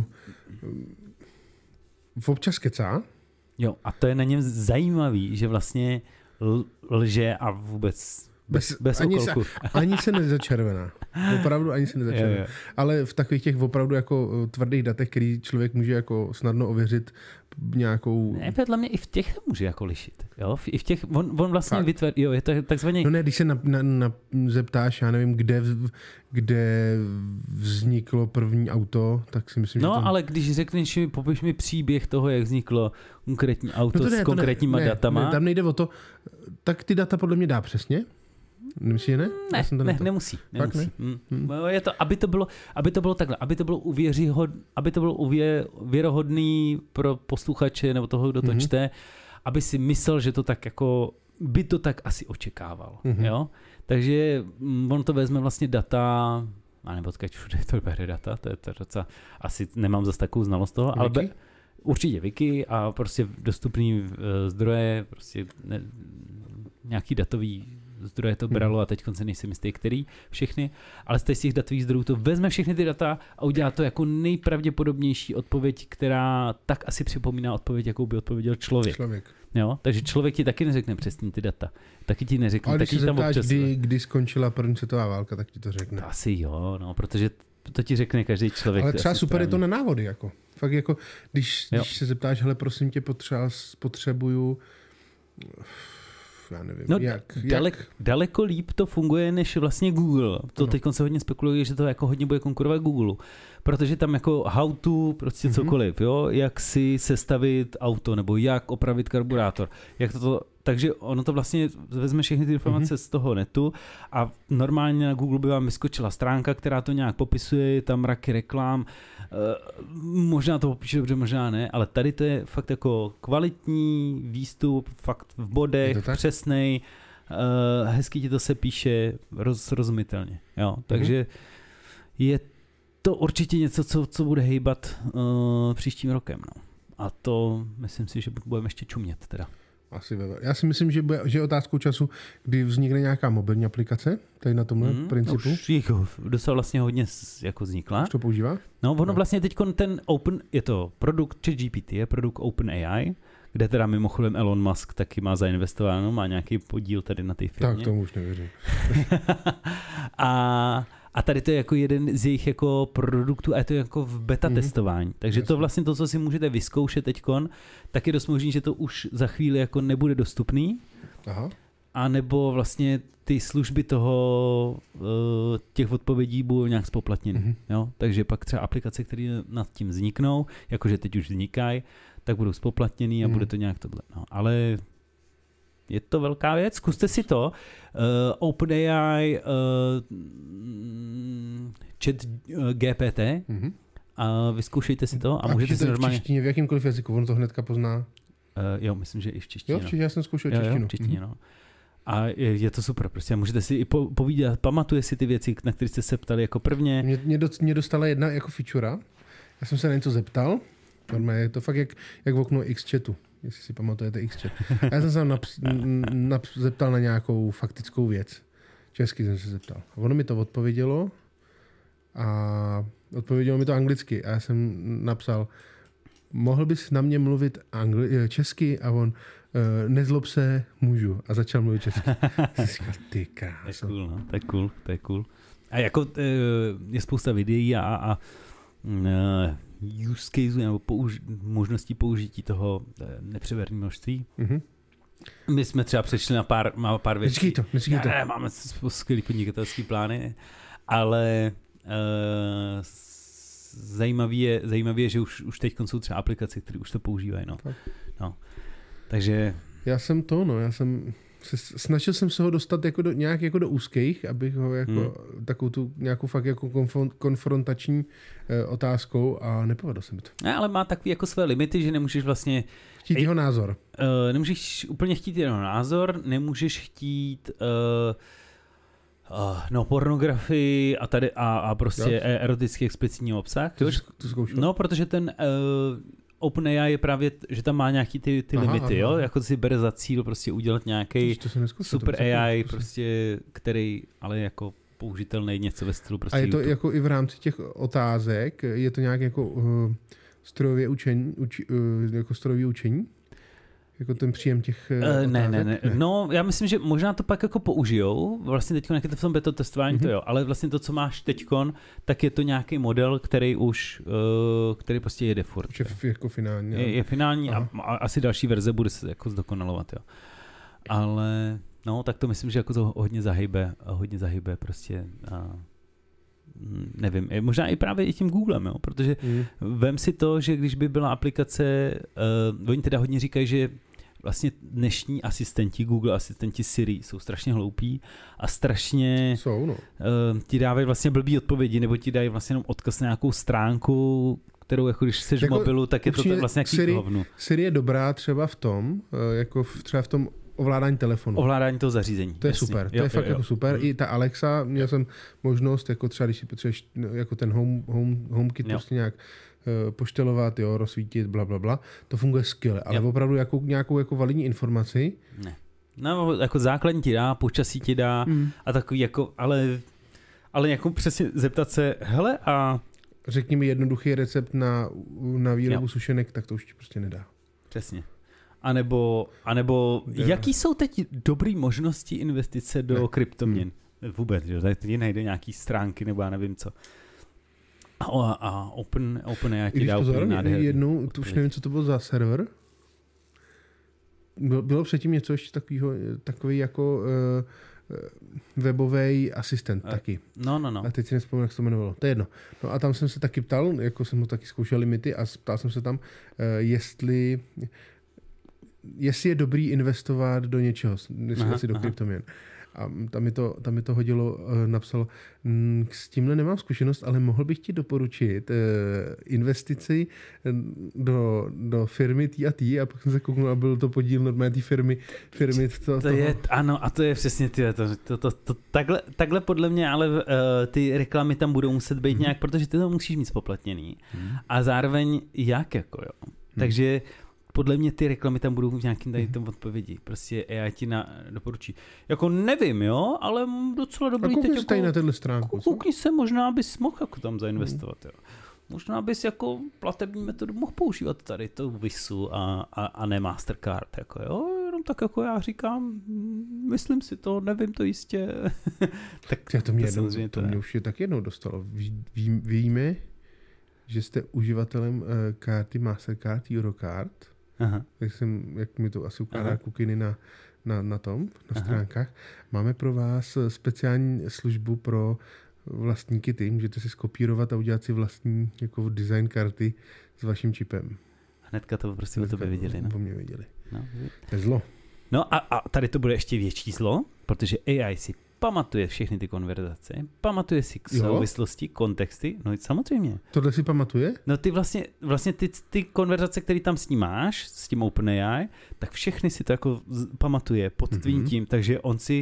občas kecá. Jo, a to je na něm zajímavý, že vlastně lže a vůbec bez okolku. Ani se nezačervená. Opravdu ani se nezačervená. Jo. Ale v takových těch opravdu jako tvrdých datech, který člověk může jako snadno ověřit nějakou... Ne, podle mě i v těch může jako lišit. Jo? I v těch, on vlastně vytvoří, jo, je to takzvaný... No ne, když se zeptáš, já nevím, kde vzniklo první auto, tak si myslím, že tam... ale když řekneš, popiš mi příběh toho, jak vzniklo konkrétní auto s konkrétníma datama... Ne, tam nejde o to, tak ty data podle mě dá přesně. Myslíš, že ne? Ne, nemusí. Ne? Je to, aby to bylo takhle, aby to bylo věrohodný pro posluchače nebo toho, kdo to čte, aby si myslel, že to tak jako by to tak asi očekával. Jo? Takže on to vezme vlastně data, a nebo odkud všude to bere data, to je docela, asi nemám zase takovou znalost toho, ale určitě wiki a prostě dostupný zdroje, prostě nějaký datový zdroje to bralo a teď se nejsem jistý, který všechny, ale z těch datových zdrojů to vezme všechny ty data a udělá to jako nejpravděpodobnější odpověď, která tak asi připomíná odpověď, jakou by odpověděl člověk. Jo? Takže člověk ti taky neřekne přesně ty data. Taky ti neřekne. Ale když se zeptáš, kdy skončila první světová válka, tak ti to řekne. To asi jo, no, protože to ti řekne každý člověk. Ale třeba super je to na návody, jako. Fakt jako, když se zeptáš, hele, prosím tě, potřebuju, já nevím, no, daleko líp to funguje, než vlastně Google. To teď se hodně spekuluje, že to jako hodně bude konkurovat Google. Protože tam jako how to, prostě cokoliv, jo, jak si sestavit auto, nebo jak opravit karburátor, jak takže ono to vlastně vezme všechny ty informace z toho netu a normálně na Google by vám vyskočila stránka, která to nějak popisuje, tam mraky reklam, možná to popíše dobře, možná ne, ale tady to je fakt jako kvalitní výstup, fakt v bodech, přesnej, hezky ti to se píše srozumitelně, jo, takže je to určitě něco, co bude hejbat příštím rokem, no. A to myslím si, že budeme ještě čumět teda. Asi já si myslím, že je otázkou času, kdy vznikne nějaká mobilní aplikace, tady na tomhle principu. Už jich docela vlastně hodně jako vznikla. Už to používá? No, ono vlastně teď ten je to produkt ChatGPT, je produkt OpenAI, kde teda mimochodem Elon Musk taky má zainvestováno, má nějaký podíl tady na té firmě. Tak tomu už nevěřím. A tady to je jako jeden z jejich jako produktů a je to jako v beta testování. Takže to vlastně to, co si můžete vyzkoušet teďkon, tak je dost možný, že to už za chvíli jako nebude dostupný. Aha. A nebo vlastně ty služby toho, těch odpovědí budou nějak spoplatněny. Jo? Takže pak třeba aplikace, které nad tím vzniknou, jakože teď už vznikají, tak budou spoplatněný a bude to nějak tohle. No, ale je to velká věc, zkuste si to. OpenAI, chat GPT a vyzkoušejte si to a můžete si normálně... v češtině, v jakýmkoliv jazyku, on to hnedka pozná. Jo, myslím, že i v češtině. Jo, já jsem zkoušel češtinu. Jo, v češtině, no. A je to super, prostě můžete si i povídat, pamatuje si ty věci, na které jste se ptali jako prvně. Mě dostala jedna jako feature, já jsem se na něco zeptal, normálně je to fakt jak v okno X-chatu, jestli si pamatujete X-chat. A já jsem se zeptal na nějakou faktickou věc. Česky jsem se zeptal. A ono mi to odpovědělo a odpovědělo mi to anglicky a já jsem napsal, mohl bys na mě mluvit česky a on nezlob se, můžu. A začal mluvit česky. Říkal, ty kráso. To je cool, no. To je cool. A jako je spousta videí a use case nebo možností použití toho nepřeberné množství. My jsme třeba přešli na pár věcí. Neříkej to. Máme skvělý podnikatelský plány, ale zajímavý je, že už teď jsou třeba aplikace, které už to používají. No. Takže... Já jsem snažil jsem se ho dostat jako nějak jako do úzkých, abych ho jako takovou tu nějakou fakt jako konfrontační otázkou a nepovedl se mi to. Ne, ale má takový jako své limity, že nemůžeš vlastně... Chtít jeho názor. Nemůžeš úplně chtít jeho názor, nemůžeš chtít... pornografii a tady a prostě erotický explicitní obsah. No, protože ten OpenAI je právě, že tam má nějaký ty limity, jo? Jako si bere za cíl prostě udělat nějaký super AI, prostě, který ale jako použitelný něco ve stylu prostě a je to YouTube. jako i v rámci těch otázek, je to nějak jako strojově strojové učení? Jako ten příjem těch Ne. No, já myslím, že možná to pak jako použijou. Vlastně teďkon, jak je to v tom beta testování, to jo. Ale vlastně to, co máš teďkon, tak je to nějaký model, který který prostě jede furt. Jako finální. Je finální a asi další verze bude se jako zdokonalovat, jo. Ale no, tak to myslím, že jako to hodně zahybe prostě nevím, možná i právě i tím Googlem, jo, protože vem si to, že když by byla aplikace, oni teda hodně říkají, že vlastně dnešní asistenti, Google asistenti Siri jsou strašně hloupí a strašně ti dávají vlastně blbý odpovědi, nebo ti dají vlastně jenom odkaz na nějakou stránku, kterou jako když jsi v mobilu, tak je to vlastně nějaký hovno. Siri je dobrá třeba v tom, jako třeba v tom ovládání telefonu. Ovládání toho zařízení. To je super, to je fakt jako super. I ta Alexa, měl jsem možnost, jako třeba když si potřebuješ jako ten HomeKit prostě nějak poštelovat, rozsvítit, blablabla, to funguje skvěle, ale opravdu nějakou jako validní informaci. Ne. No, jako základní ti dá, počasí ti dá a takový jako, ale jako přesně zeptat se, hele a... Řekni mi jednoduchý recept na výrobu sušenek, tak to už ti prostě nedá. Přesně. A nebo jaký jsou teď dobrý možnosti investice do kryptoměn? Vůbec, že? Tady najde nějaký stránky nebo já nevím co. A OpenAI ti dá úplně nádherný. Jednou, to už nevím, co to bylo za server. Bylo předtím něco ještě takový jako webový asistent taky. No. A teď si nespomínám, jak se to jmenovalo. To je jedno. No a tam jsem se taky ptal, jako jsem mu taky zkoušel limity a ptal jsem se tam, jestli je dobrý investovat do něčeho, jestli do kryptoměn. A tam mi to hodilo, napsalo, s tímhle nemám zkušenost, ale mohl bych ti doporučit investici do firmy t a pak jsem se kouknul a byl to podíl normálně té firmy. Ano, a to je přesně takhle podle mě, ale ty reklamy tam budou muset být nějak, protože ty to musíš mít spoplatněný. A zároveň jak jako, jo. Takže podle mě ty reklamy tam budou v nějakým tady tom odpovědi. Prostě AI ti doporučí. Jako nevím, jo, ale docela dobrý. A koukni se na tenhle stránku. Koukni se, možná bys mohl jako tam zainvestovat, jo. Možná bys jako platební metodu mohl používat tady to Visu a ne Mastercard, jako jo. Jenom tak jako já říkám, myslím si to, nevím to jistě. Tak to mě už je tak jednou dostalo. Víme, že jste uživatelem karty Mastercard, Eurocard. Aha. Jak mi to asi ukládá kukiny na stránkách. Máme pro vás speciální službu pro vlastníky ty. Můžete si skopírovat a udělat si vlastní jako design karty s vaším čipem. Hnedka to prostě o tobě viděli. Po mě viděli. No. To je zlo. No a tady to bude ještě větší zlo, protože AI si pamatuje všechny ty konverzace, pamatuje si souvislosti, kontexty, no samozřejmě. Tohle si pamatuje? No ty vlastně ty konverzace, které tam s ním máš, s tím OpenAI, tak všechny si to jako pamatuje pod tvým tím, takže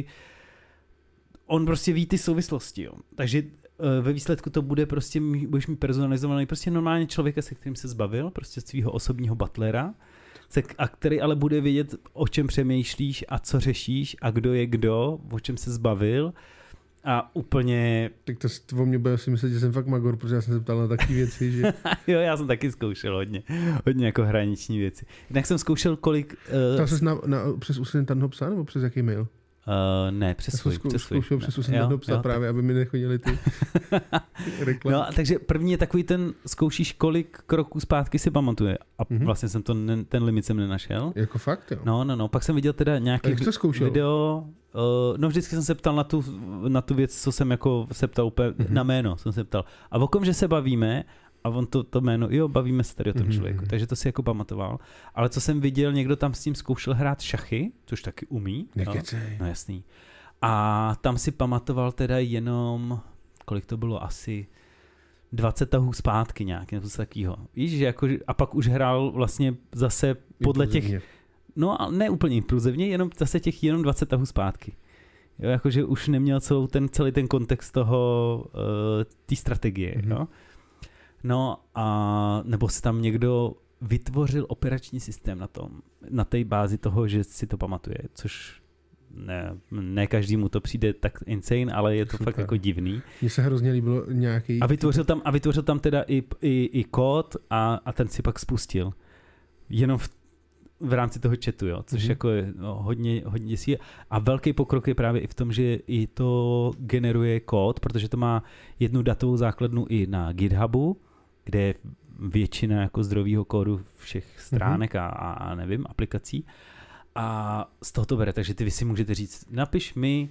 on prostě ví ty souvislosti, jo. Takže ve výsledku to bude prostě, budeš mít personalizovaný prostě normálně člověka, se kterým se zbavil, prostě svého osobního butlera, a který ale bude vědět, o čem přemýšlíš a co řešíš a kdo je kdo, o čem se zbavil a úplně... Tak to o mě bude si myslet, že jsem fakt magor, protože já jsem se ptal na takové věci, že... Jo, já jsem taky zkoušel hodně jako hraniční věci. Jinak jsem zkoušel kolik... Ptal jsi přes usnutého psa nebo přes jaký mail? Ne, přes svůj. Zkoušel přes usnutého psa právě, aby mi nechodili ty reklamy. No, takže první je takový zkoušíš, kolik kroků zpátky si pamatuje. A vlastně jsem ten limit jsem nenašel. Jako fakt, jo? No. Pak jsem viděl teda nějaký video. No vždycky jsem se ptal na tu věc, co jsem jako se ptal úplně na jméno, jsem se ptal. A o kom, že se bavíme, a on to jméno, bavíme se tady o tom člověku, takže to si jako pamatoval. Ale co jsem viděl, někdo tam s ním zkoušel hrát šachy, což taky umí. No jasný. A tam si pamatoval teda jenom, kolik to bylo, asi 20 tahů zpátky nějak, něco takového. Víš, že jako, a pak už hrál vlastně zase podle těch, no ne úplně impulzivně, jenom zase jenom 20 tahů zpátky. Jo, jakože už neměl celý ten kontext toho, té strategie, jo. No a nebo si tam někdo vytvořil operační systém na té bázi toho, že si to pamatuje, což ne každému to přijde tak insane, ale je to fakt jako divný. Mně se hrozně líbilo nějaký... A vytvořil tam teda i kód a ten si pak spustil. Jenom v rámci toho chatu, jo, což jako je hodně děsí. A velký pokrok je právě i v tom, že i to generuje kód, protože to má jednu datovou základnu i na GitHubu, kde je většina jako zdrojového kódu všech stránek a nevím, aplikací. A z toho to bere, takže vy si můžete říct, napiš mi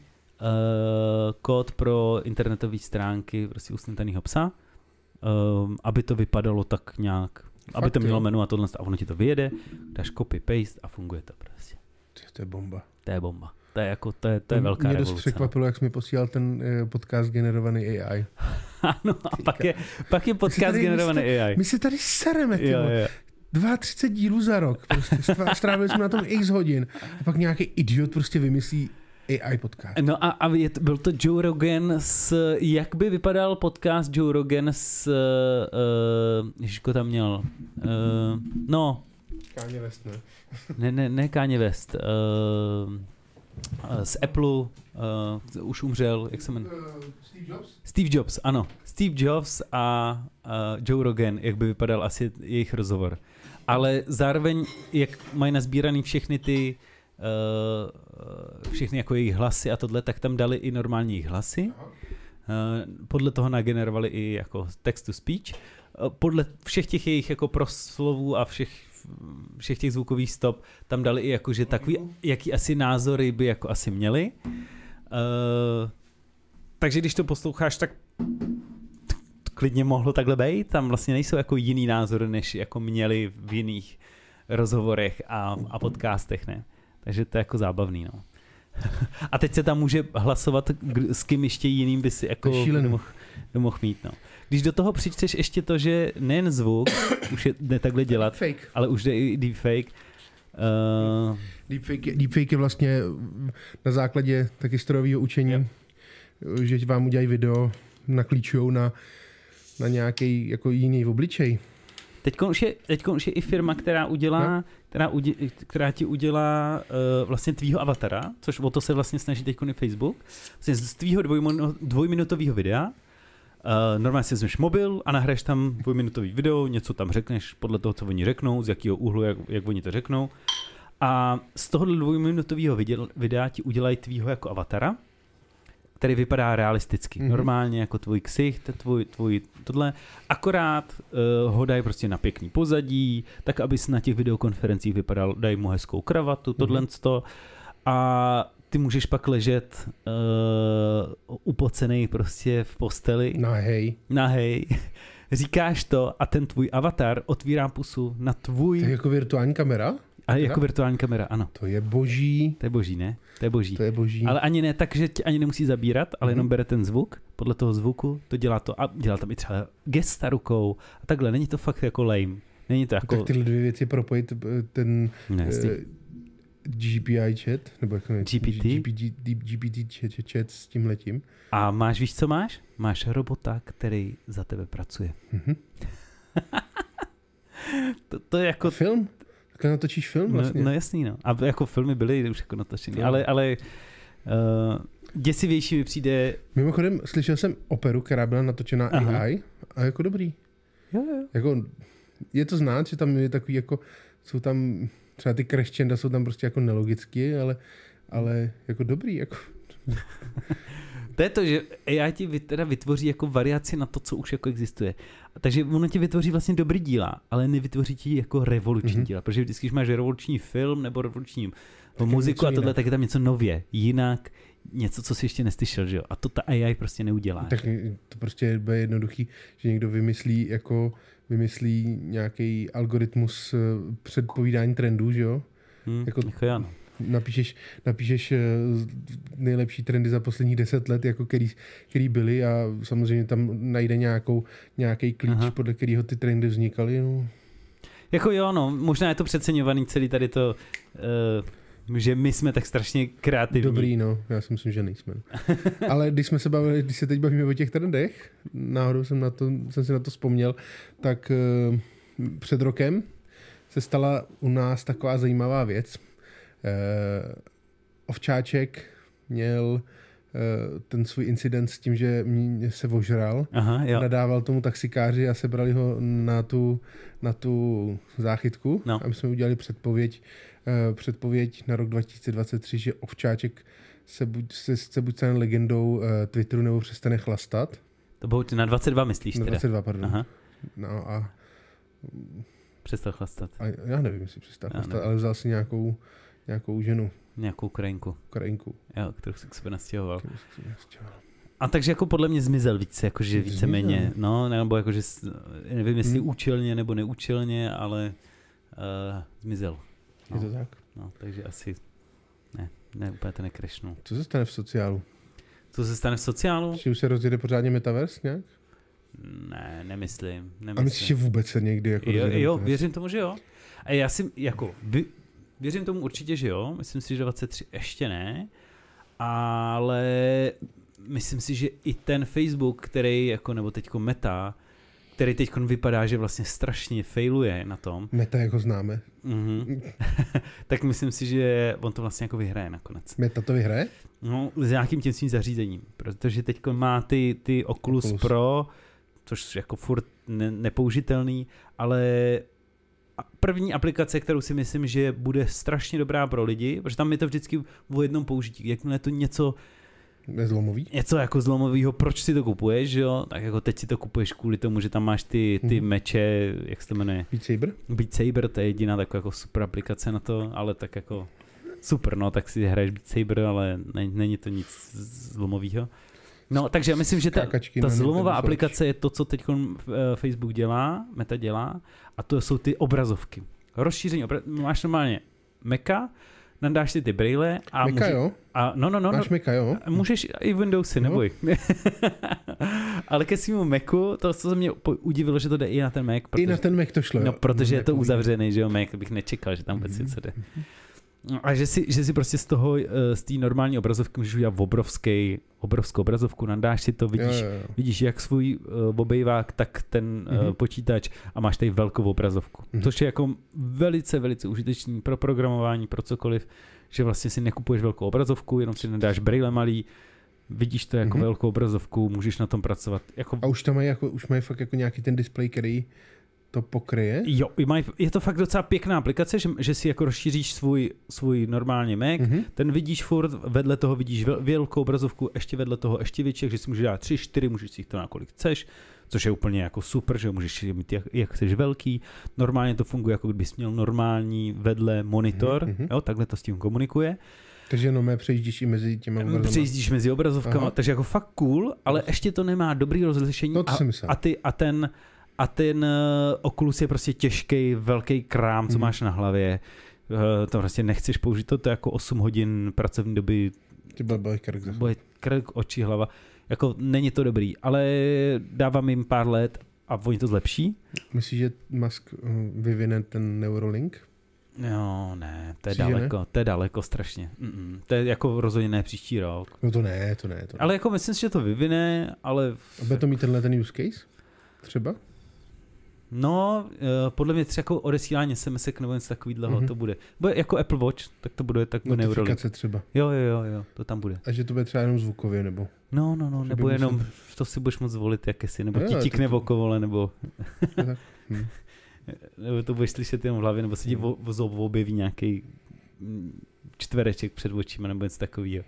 kód pro internetové stránky prostě usnutaného psa, aby to vypadalo tak nějak aby to mělo menu a tohle, a ono ti to vyjede, dáš copy, paste a funguje to prostě. To je bomba. To je bomba. To je jako, to je velká revoluce. Mě dost překvapilo, jak jsi mi posílal ten podcast generovaný AI. Ano, a pak je podcast generovaný AI. My si tady sereme, tyjo. 32 dílů za rok. Prostě strávili jsme na tom x hodin. A pak nějaký idiot prostě vymyslí AI podcast. No a byl to Joe Rogan jak by vypadal podcast Joe Rogan Ježiško tam měl, Kanye West, ne? Ne Kanye West, z Apple, už umřel, jak se jmenuje? Steve Jobs? Steve Jobs, ano. Steve Jobs a Joe Rogan, jak by vypadal asi jejich rozhovor. Ale zároveň, jak mají nazbíraný všechny jako jejich hlasy a tohle, tak tam dali i normální jejich hlasy. Podle toho nagenerovali i jako text to speech. Podle všech těch jejich jako proslovů a všech těch zvukových stop tam dali i jako, že takový, jaký asi názory by jako asi měli. Takže když to posloucháš, tak klidně mohlo takhle být. Tam vlastně nejsou jako jiný názory, než jako měli v jiných rozhovorech a podcastech, ne? Takže to je jako zábavný, no. A teď se tam může hlasovat, s kým ještě jiným by si jako nemohl mít, no. Když do toho přičteš ještě to, že nejen zvuk už jde takhle dělat, deepfake. Ale už jde i deepfake. Deepfake je vlastně na základě taky strojového učení, že vám udělají video, naklíčujou na nějaký jako jiný obličej. Teďko už je i firma, která ti udělá vlastně tvýho avatara, což o to se vlastně snaží teďko i Facebook. Vlastně z tvýho dvojminutového videa normálně si vezmeš mobil a nahraješ tam dvojminutový video, něco tam řekneš podle toho, co oni řeknou, z jakého úhlu, jak oni to řeknou. A z tohohle dvojminutového videa ti udělají tvýho jako avatara, který vypadá realisticky. Normálně jako tvůj ksicht, tvůj tohle. Akorát ho dají prostě na pěkný pozadí, tak aby na těch videokonferencích vypadal, dají mu hezkou kravatu, tohleto. A ty můžeš pak ležet upocenej prostě v posteli. Nahej. Říkáš to a ten tvůj avatar otvírá pusu na tvůj... To je jako virtuální kamera? A jako virtuální kamera, ano. To je boží. To je boží, ne? To je boží. Ale Ale ani ne tak, že tě ani nemusí zabírat, ale jenom bere ten zvuk, podle toho zvuku, to dělá to a dělá tam i třeba gesta rukou a takhle, není to fakt jako lame. Není to jako... Tak tyhle dvě věci propojit ten GPI chat, nebo jak GPT chat s tímhletím. A víš, co máš? Máš robota, který za tebe pracuje. To je jako... Film? Takhle natočíš film vlastně? No jasný, no. A jako filmy byly už jako natočený, ale děsivější mi přijde... Mimochodem, slyšel jsem operu, která byla natočená AI a jako dobrý. Jo. Jako, je to znát, že tam je takový jako, jsou tam třeba ty crescenda jsou tam prostě jako nelogicky, ale jako dobrý, jako... To je to, že AI ti teda vytvoří jako variaci na to, co už jako existuje. Takže ono ti vytvoří vlastně dobrý díla, ale nevytvoří ti jako revoluční díla, protože vždycky, když máš revoluční film nebo revoluční muziku a tohle, tak je tam něco nově, jinak, něco, co jsi ještě neslyšel, že jo? A to ta AI prostě neudělá. Tak to prostě bude jednoduchý, že někdo vymyslí nějaký algoritmus předpovídání trendů, že jo? Jako ano. Napíšeš nejlepší trendy za posledních 10 let, jako který byly a samozřejmě tam najde nějaký klíč, podle kterého ty trendy vznikaly. No. Jako jo, no, možná je to přeceňovaný celý tady to, že my jsme tak strašně kreativní. Dobrý, no, já si myslím, že nejsme. Ale když se teď bavíme o těch trendech, náhodou jsem si na to vzpomněl, tak před rokem se stala u nás taková zajímavá věc. Ovčáček měl ten svůj incident s tím, že mě se ožral. Nadával tomu taxikáři a sebrali ho na tu záchytku. No. A my jsme udělali předpověď na rok 2023, že Ovčáček se buď stane legendou Twitteru nebo přestane chlastat. To bylo na 22, myslíš? Na 22, pardon. Aha. No a... Přestal chlastat. A já nevím, jestli přestal chlastat, ale vzal si nějakou ženu. Nějakou krajinku. Krajinku. Jo, kterou si k sobě nastěhoval. A takže jako podle mě zmizel víc, jakože víceméně, no, nebo jakože, nevím jestli účelně nebo neúčelně, ale zmizel. No. Je to tak? No, takže asi ne úplně to nekrešnu. Co se stane v sociálu? Co se stane v sociálu? Že už se rozjede pořádně metaverse nějak? Ne, nemyslím. A myslíš, že vůbec se někdy jako jo, věřím tomu, že jo. A já si jako, věřím tomu určitě, že jo. Myslím si, že 23 ještě ne. Ale myslím si, že i ten Facebook, který jako, nebo teďko Meta, který teď vypadá, že vlastně strašně failuje na tom. Meta, jako známe. Tak myslím si, že on to vlastně jako vyhraje nakonec. Meta to vyhraje? No, s nějakým tím svým zařízením, protože teď má ty Oculus Pro, což jako furt nepoužitelný, ale první aplikace, kterou si myslím, že bude strašně dobrá pro lidi, protože tam je to vždycky o jednom použití, jakmile to něco jako zlomovýho, proč si to kupuješ, jo? Tak jako teď si to kupuješ kvůli tomu, že tam máš ty meče, jak se to jmenuje? Beat Saber, to je jediná taková jako super aplikace na to, ale tak jako super, no, tak si hraješ Beat Saber, ale není to nic zlomovýho. No, takže já myslím, že ta zlomová aplikace je to, co teď Facebook dělá, Meta dělá, a to jsou ty obrazovky. Rozšíření máš normálně Maca, nadáš si ty brýle a Maca, jo? Máš Maca, jo? Můžeš i Windowsy, neboj. Ale ke svému Macu, to, co se mě udivilo, že to jde i na ten Mac. I na ten Mac to šlo, jo? No, protože je to uzavřený, že jo, Mac, bych nečekal, že tam vůbec něco jde. A že si prostě z té normální obrazovky můžeš udělat obrovskou obrazovku, nadáš si to, vidíš jak svůj obejvák, tak ten počítač a máš tady velkou obrazovku. Což je jako velice, velice užitečný pro programování, pro cokoliv, že vlastně si nekupuješ velkou obrazovku, jenom si nadáš brýle malý, vidíš to jako velkou obrazovku, můžeš na tom pracovat. Jako... A už mají fakt jako nějaký ten displej, který to pokryje? Jo, je to fakt docela pěkná aplikace, že si jako rozšíříš svůj normálně Mac, ten vidíš furt, vedle toho vidíš velkou obrazovku, ještě vedle toho ještě větší, že si můžeš dát 3, 4, můžeš si jich to na kolik chceš, což je úplně jako super, že můžeš mít jak chceš velký. Normálně to funguje, jako kdybys měl normální vedle monitor, jo, takhle to s tím komunikuje. Takže jenom přejíždíš i mezi těma obrazovkama. Přejíždíš mezi obrazovkama, takže jako fakt cool, ale ještě to nemá dobrý rozlišení a ten Oculus je prostě těžký, velký krám, co máš na hlavě. To prostě nechceš použít, to je jako 8 hodin pracovní doby. Ty bude krk, oči, hlava. Jako není to dobrý, ale dávám jim pár let a oni to zlepší. Myslíš, že Musk vyvine ten Neuralink? Jo, ne, to je daleko strašně. To je jako rozhodně ne příští rok. No to ne. Ale jako myslím si, že to vyvine, ale... A bude to mít ten use case? Třeba? No, podle mě třeba jako odesílání SMS-ek nebo něco takového to bude. Bude jako Apple Watch, tak to bude tak Neuralink. Notifikace třeba. Jo, to tam bude. A že to bude třeba jenom zvukově, nebo? No, nebo jenom, to si budeš moc zvolit jakési, nebo ti tikne oko, vole, nebo... nebo to budeš slyšet jenom v hlavě, nebo se ti objeví nějaký čtvereček před očima, nebo něco takového.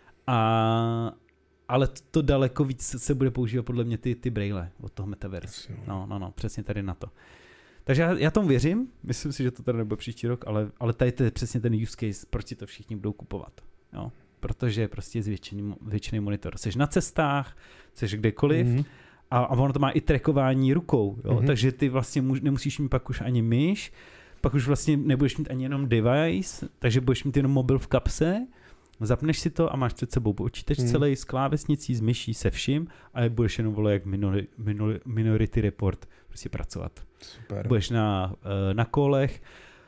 Ale to daleko víc se bude používat podle mě ty brejle od toho Metaverse. No, přesně tady na to. Takže já tomu věřím, myslím si, že to tady nebude příští rok, ale tady to je přesně ten use case, proč si to všichni budou kupovat. Jo? Protože prostě zvětšený monitor. Jseš na cestách, jseš kdekoliv a ono to má i trackování rukou, jo? Takže ty vlastně nemusíš mít pak už ani myš, pak už vlastně nebudeš mít ani jenom device, takže budeš mít jenom mobil v kapse, zapneš si to a máš před sebou počítač celý s klávesnicí, s myší, se vším a budeš jenom jak Minority Report prostě pracovat. Super. Budeš na kolech,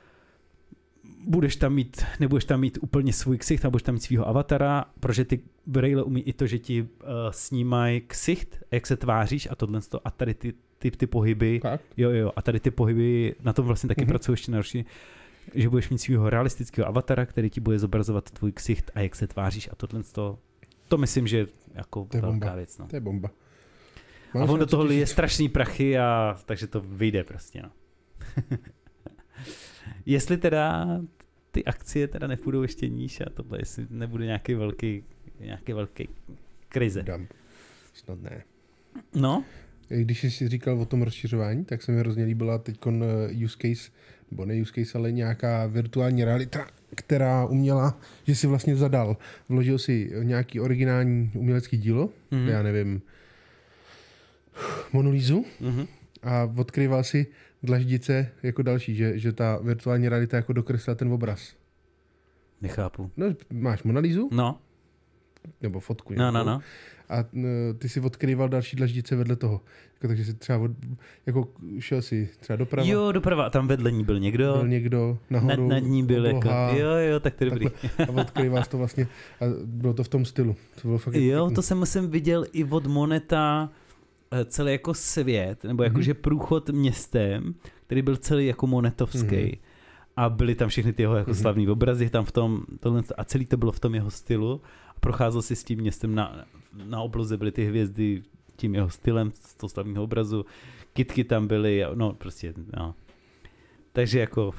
nebudeš tam mít úplně svůj ksicht, a budeš tam mít svýho avatara, protože ty brejle umí i to, že ti snímají ksicht, jak se tváříš a tohle a tady ty pohyby. Tak? Jo, a tady ty pohyby, na tom vlastně taky pracuji ještě na že budeš mít svýho realistického avatara, který ti bude zobrazovat tvůj ksicht a jak se tváříš a tohle to myslím, že je jako velká věc. No. To je bomba. A on do toho je strašný prachy takže to vyjde prostě. No. Jestli teda ty akcie teda nepůjdou ještě níž a tohle, jestli nebude nějaký velký krize. Snad ne. No. Když jsi říkal o tom rozšiřování, tak se mi hrozně líbila teďkon use case, nebo ne use case, ale nějaká virtuální realita, která uměla, že si vlastně zadal, vložil si nějaký originální umělecký dílo, já nevím, Monu Lisu, a odkryval si dlaždice jako další, že ta virtuální realita jako dokreslila ten obraz. Nechápu. No, máš Mona Lisu? No. Nebo fotku. No. A ty si odkryval další dlaždice vedle toho. Takže si třeba šel si třeba doprava. Jo, doprava. A tam vedle ní byl někdo. Byl někdo nahoru. Nad ní byl obloha, jako, jo, tak to je dobrý. A odkryval to vlastně. A bylo to v tom stylu. To bylo fakt to jsem viděl i od Moneta celý jako svět, nebo jakože průchod městem, který byl celý jako monetovský. A byly tam všechny ty jeho jako slavný obrazy tam v tom, a celý to bylo v tom jeho stylu. A procházel si s tím městem na obloze, byly ty hvězdy tím jeho stylem, z toho slavného obrazu. Kytky tam byly, no prostě, no. Takže jako...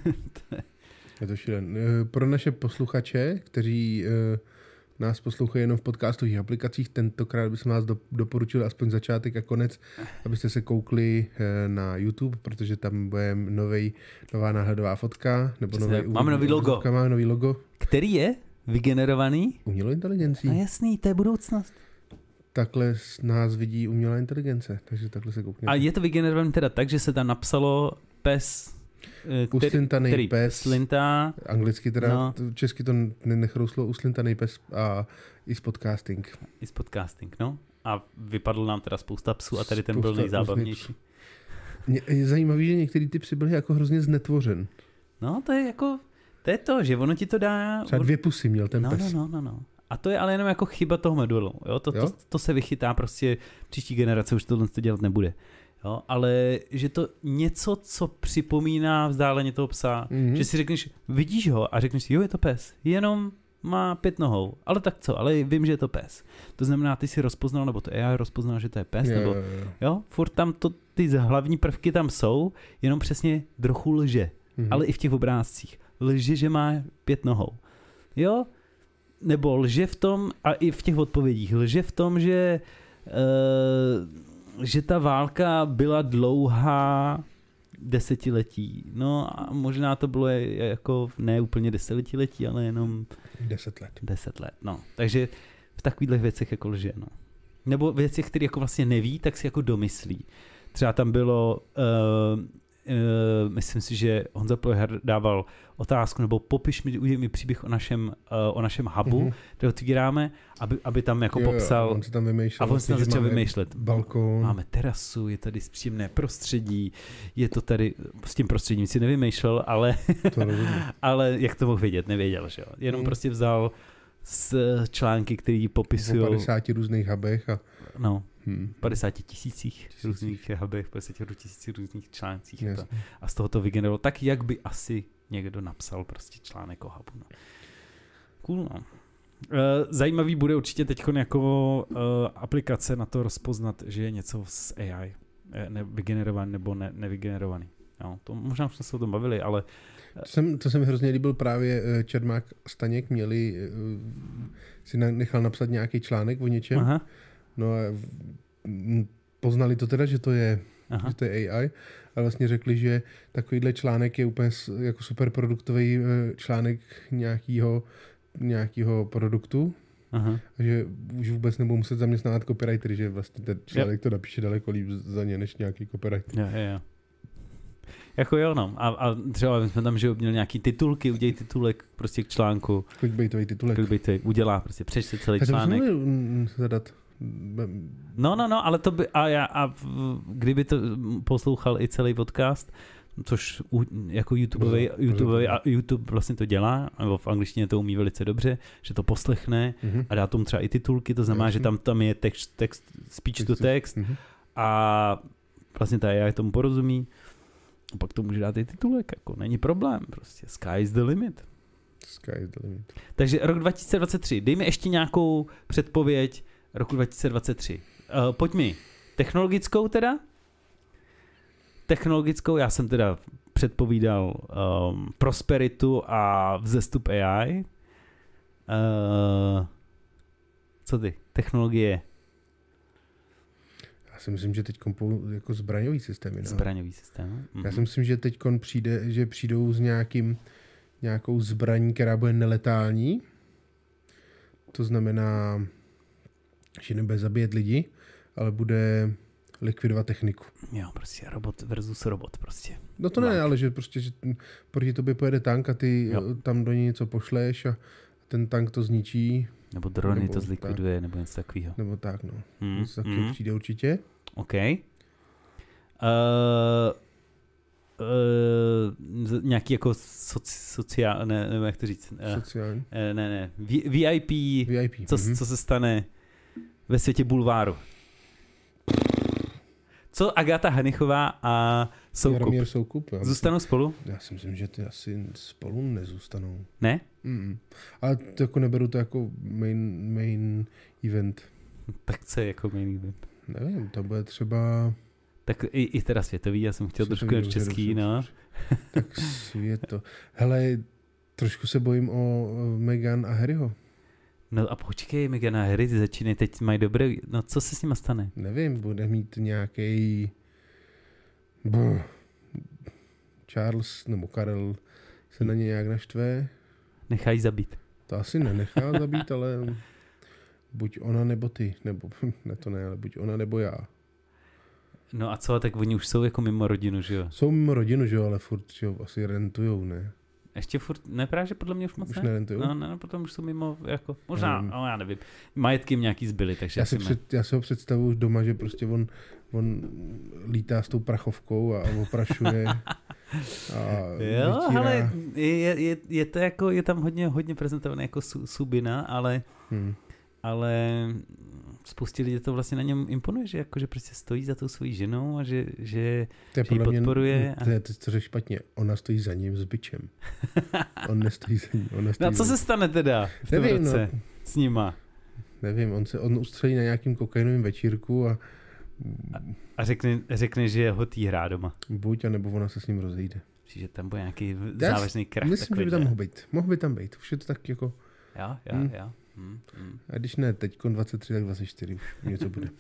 Je to šílené. Pro naše posluchače, kteří nás poslouchají jenom v podcastových aplikacích, tentokrát bychom vás doporučili aspoň začátek a konec, abyste se koukli na YouTube, protože tam bude nová náhledová fotka. Nebo máme nový logo. Máme nový logo. Který je vygenerovaný? Umělou inteligencí. No jasný, to je budoucnost. Takhle nás vidí umělá inteligence, takže takhle se koukněte. A je to vygenerovaný teda tak, že se tam napsalo pes... Uslintaný pes. Slintá. Anglicky teda, no. Česky to nechrouslo uslintaný pes a i z podcasting. I z podcasting, no. A vypadlo nám teda spousta psů a tady ten byl nejzábavnější. Je zajímavý, že některý ty psy byly jako hrozně znetvořen. No, to je jako, to je to, že ono ti to dá... Třeba 2 pusy měl ten pes. No. A to je ale jenom jako chyba toho modulu. Jo? To se vychytá prostě, příští generace už tohle dělat nebude. Jo? Ale že to něco, co připomíná vzdáleně toho psa, že si řekneš, vidíš ho a řekneš si, jo, je to pes, jenom má 5 nohou, ale tak co, ale vím, že je to pes. To znamená, ty si rozpoznal, nebo to AI rozpoznal, že to je pes, nebo jo, furt tam ty hlavní prvky tam jsou, jenom přesně trochu lže, ale i v těch obrázcích. Lže, že má 5 nohou. Jo, nebo lže v tom, a i v těch odpovědích, lže v tom, že ta válka byla dlouhá desetiletí. No a možná to bylo jako ne úplně desetiletí, ale jenom 10 let. 10 let, no. Takže v takových věcech jako lže, no. Nebo věcech, které jako vlastně neví, tak si jako domyslí. Třeba tam bylo, myslím si, že Honza Plojhar dával otázku, nebo popiš mi příběh o našem hubu, který otvíráme, aby tam jako popsal. On se tam vymýšlel. A on se tam začal vymýšlet. Balkón. Máme terasu, je tady příjemné prostředí, je to tady, s tím prostředím si nevymýšlel, ale jak to mohl vědět, nevěděl, že jo. Jenom prostě vzal z články, který popisují. 50 různých hubech a... No. 50 000 různých hubech, 50 000 různých článcích. A z toho to vygeneroval tak, jak by asi někdo napsal prostě článek o hubu. No. Cool, no. Zajímavý bude určitě teď jako aplikace na to rozpoznat, že je něco z AI vygenerovaný nebo nevygenerovaný. No, to možná už jsme se o tom bavili, ale... To se mi hrozně líbil právě Čermák a Staněk si nechal napsat nějaký článek o něčem. Aha. No a poznali to teda, že to je AI, a vlastně řekli, že takovýhle článek je úplně jako super produktový článek nějakého produktu. Aha. A že už vůbec nebudou muset zaměstnávat copywritery, že vlastně ten člověk to napíše daleko líp za ně, než nějaký copywriter. Jo. Jako jo, no. A třeba jsme tam, že měl nějaký titulky, udělej titulek prostě k článku. Clickbaitový titulek. Clickbaitový, udělá prostě, přečte celý článek. To zadat. No, ale to by, kdyby to poslouchal i celý podcast, což jako YouTube vlastně to dělá, nebo v angličtině to umí velice dobře, že to poslechne a dá tomu třeba i titulky, to znamená, že tam je text speech to text a vlastně ta AI tomu porozumí a pak to může dát i titulek, jako není problém, prostě sky is the limit. Takže rok 2023, dejme ještě nějakou předpověď roku 2023. Pojď mi technologickou teda. Já jsem teda předpovídal prosperitu a vzestup AI. Co ty? Technologie? Já si myslím, že teď jako zbraňový systémy. No. Zbraňový systém. Já si myslím, že teď přijdou s nějakým nějakou zbraní, která bude neletální. To znamená, že nebude zabíjet lidi, ale bude likvidovat techniku. Jo, prostě robot versus robot prostě. No to ne, ale že prostě že proti tobě pojede tank a ty tam do něj něco pošleš a ten tank to zničí. Nebo drony to zlikviduje, tak, nebo něco takového. Nebo tak, no. Něco takového přijde určitě. OK. Nějaký jako sociální, nevím jak to říct. Sociální. Ne. VIP. Co se stane ve světě bulváru? Co Agáta Hanichová a Soukup? Jaromír Soukup. Zůstanou spolu? Já si myslím, že ty asi spolu nezůstanou. Ne? Ale to jako neberu to jako main event. Tak co je jako main event? Nevím, to bude třeba... Tak i teda světový, já jsem chtěl trošku český, no. Tak světo. Hele, trošku se bojím o Meghan a Harryho. No a počkej, Meghan a Harry začínají, teď mají dobré, no co se s nima stane? Nevím, bude mít nějaký Charles nebo Karel se na ně nějak naštve. Nechají zabít. To asi nenechá zabít, ale buď ona nebo ty, nebo ne to ne, ale buď ona nebo já. No a co, tak oni už jsou jako mimo rodinu, že jo? Jsou mimo rodinu, že jo, ale furt, že jo, asi rentujou, ne? Ještě furt, ne právě, že podle mě už moc už ne? Nerentujou? No, potom už jsou mimo, jako, možná, no já nevím. Majetky jim nějaký zbyly, takže já si ho představuji doma, že prostě on lítá s tou prachovkou a oprašuje a jo, ale je to jako, je tam hodně prezentované jako subina, ale spoustě lidí to vlastně na něm imponuje, že jako, že prostě stojí za tou svojí ženou a že ji podporuje. To je to řeš špatně. Ona stojí za ním s bičem. On nestojí za ním. No a co se stane teda v tom roce s nima? Nevím, on ustřelí na nějakým kokainovým večírku a řekne, že ho týhrá doma. Buď, anebo ona se s ním rozejde. Že tam bude nějaký závažný krach. Myslím, že by tam mohl by tam být. Už je to tak jako... Jo. A když ne teď 23, tak 24 už něco bude.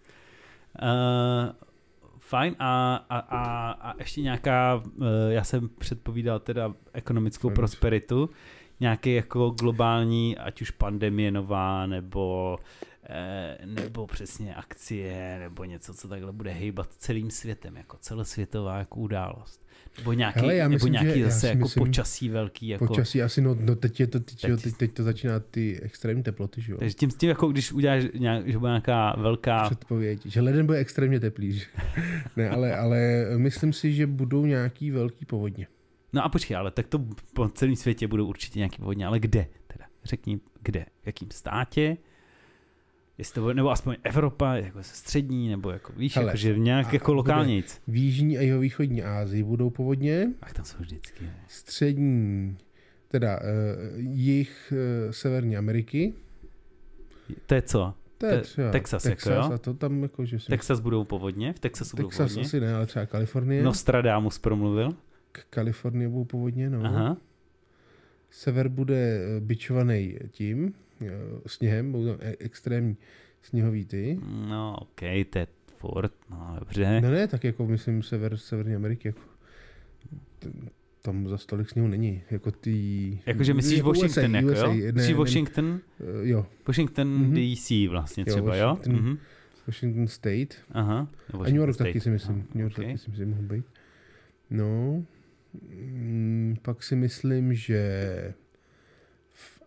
Fajn. A ještě nějaká, já jsem předpovídal teda ekonomickou prosperitu, nějaký jako globální, ať už pandemie nová, nebo přesně akcie, nebo něco, co takhle bude hejbat celým světem, jako celosvětová jako událost. Nebo nějaký zase jako počasí velký. Jako... Počasí asi, no teď to začíná ty extrémní teploty, že jo. Takže tím jako když uděláš, že bude nějaká velká... Předpověď, že leden bude extrémně teplý, že? Ne, ale myslím si, že budou nějaký velký povodně. No a počkej, ale tak to po celém světě budou určitě nějaký povodně, ale kde teda? Řekni, kde? V jakým státě? Jestli to bude, nebo aspoň Evropa, jako střední, nebo jako víš, jako, že nějak jako lokálnějc. V jižní a jihovýchodní Asii budou povodně. Ach, tam jsou vždycky. Ne? Střední, teda jih Severní Ameriky. To je co? To je třeba Texas jako jo? A to tam jako, že Texas budou povodně? V Texasu budou povodně? Texas asi ne, ale třeba Kalifornie. Nostradamus promluvil. Kalifornie budou povodně, no. Aha. Sever bude bičovaný tím sněhem, budou extrémní sněhový ty. No, okej, to je furt, no dobře. No ne, tak jako myslím Severní Ameriky, jako tam za stolik sněhu není, jako ty... Jakože myslíš Washington, jako jo? Myslíš Washington? Jo. Washington DC vlastně třeba, jo? Washington State. Aha. A New York taky si myslím. New York taky si myslím, mohl být. No, pak si myslím, že v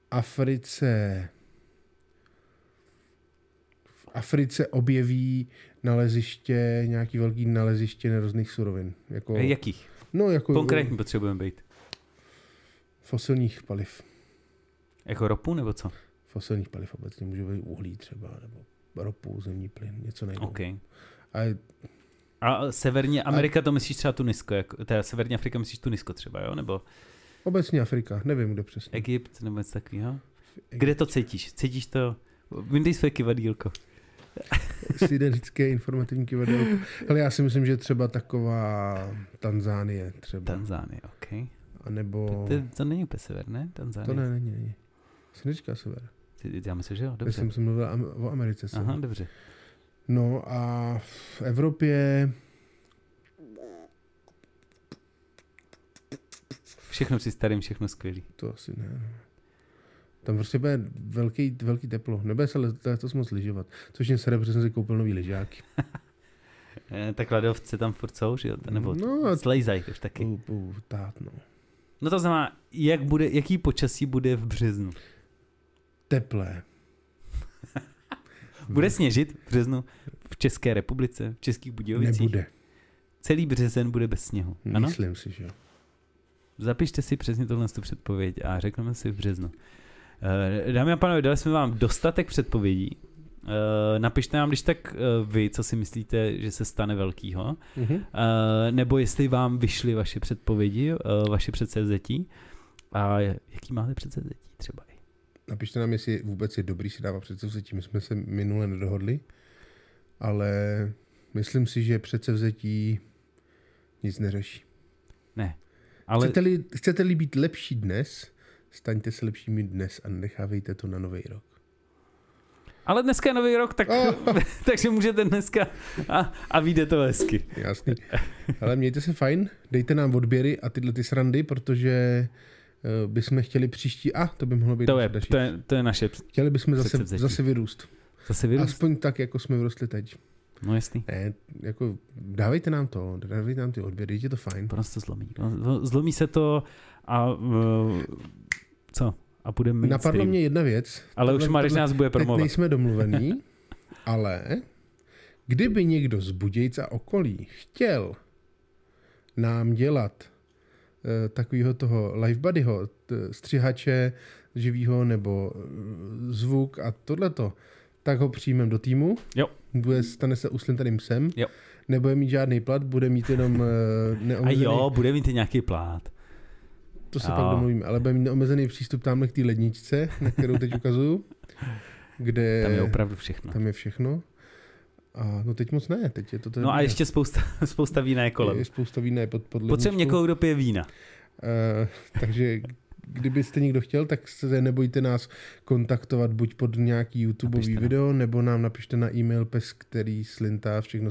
Africe objeví naleziště, nějaký velký naleziště nerostných surovin. Jako, jakých? No, jako... Konkrétně potřebujeme být. Fosilních paliv. Jako ropu nebo co? Fosilních paliv obecně může být uhlí třeba, nebo ropu, zemní plyn, něco najdou. Okay. A Severní Amerika to myslíš třeba Tunisko, jako, teda Severní Afrika myslíš Tunisko třeba, jo? Nebo... Obecně Afrika, nevím, kde přesně. Egypt nebo něco takového? Kde to cítíš? Cítíš to? Vyndej své kivadýlko. Synergické informativní kivadýlko. Ale já si myslím, že třeba taková Tanzánie třeba. Tanzánie, ok. A nebo... To není úplně sever, ne? Tanzánie. To není. Se neříká sever. Já myslím, že jo, dobře. Já jsem mluvil o Americe. Aha, dobře. No a v Evropě... Všechno při starým, všechno skvělý. To asi ne. Tam prostě bude velký teplo. Nebude se letos moc lyžovat. Což mě sere, protože jsem si koupil nový lyžáky. Tak ledovce tam furt jsou, že jo? Nebo slejzaj už taky. No to znamená, jaký počasí bude v březnu? Teplé. Bude sněžit v březnu v České republice, v Českých Budějovicích? Nebude. Celý březen bude bez sněhu, ano? Myslím si, že jo. Zapište si přesně tohle předpověď a řekneme si v březnu. Dámy a pánové, dali jsme vám dostatek předpovědí. Napište nám, když tak vy, co si myslíte, že se stane velkýho, nebo jestli vám vyšly vaše předpovědi, vaše předsevzetí a jaký máte předsevzetí třeba i. Napište nám, jestli vůbec je dobrý si dávat předsevzetí. My jsme se minule nedohodli, ale myslím si, že předsevzetí nic neřeší. Ne. Ale... Chcete-li být lepší dnes, staňte se lepšími dnes a nechávejte to na nový rok. Ale dneska je nový rok, tak, takže můžete dneska a vyjde to hezky. Jasný. Ale mějte se fajn, dejte nám odběry a tyhle ty srandy, protože bychom chtěli příští, to by mohlo být to je naše. Chtěli bychom zase vyrůst. Aspoň tak, jako jsme vyrostli teď. No jasný. Ne, jako dávejte nám ty odběry, je to fajn. Prostě zlomí. Zlomí se to a co? A budeme mainstream. Napadla mě jedna věc. Ale už Marek nás bude promovat. Teď nejsme domluvení, ale kdyby někdo z Budějc a okolí chtěl nám dělat takovýho toho livebudyho, střihače živýho nebo zvuk a tohleto, tak ho přijmeme do týmu. Jo. Stane se uslintaným psem. Jo. Nebude mít žádný plat, bude mít jenom neomezený... A jo, bude mít i nějaký plát. To se pak domluvíme, ale bude mít neomezený přístup tamhle k té ledničce, na kterou teď ukazuju, kde... Tam je opravdu všechno. Tam je všechno. A no teď moc ne, teď je to... No a ještě spousta vína je kolem. Je spousta vína je pod ledničkou. Potřebujeme někoho, kdo pije vína. Takže kdybyste někdo chtěl, tak se nebojte nás kontaktovat buď pod nějaký YouTubeový video, nebo nám napište na e-mail pes.který.slintá, všechno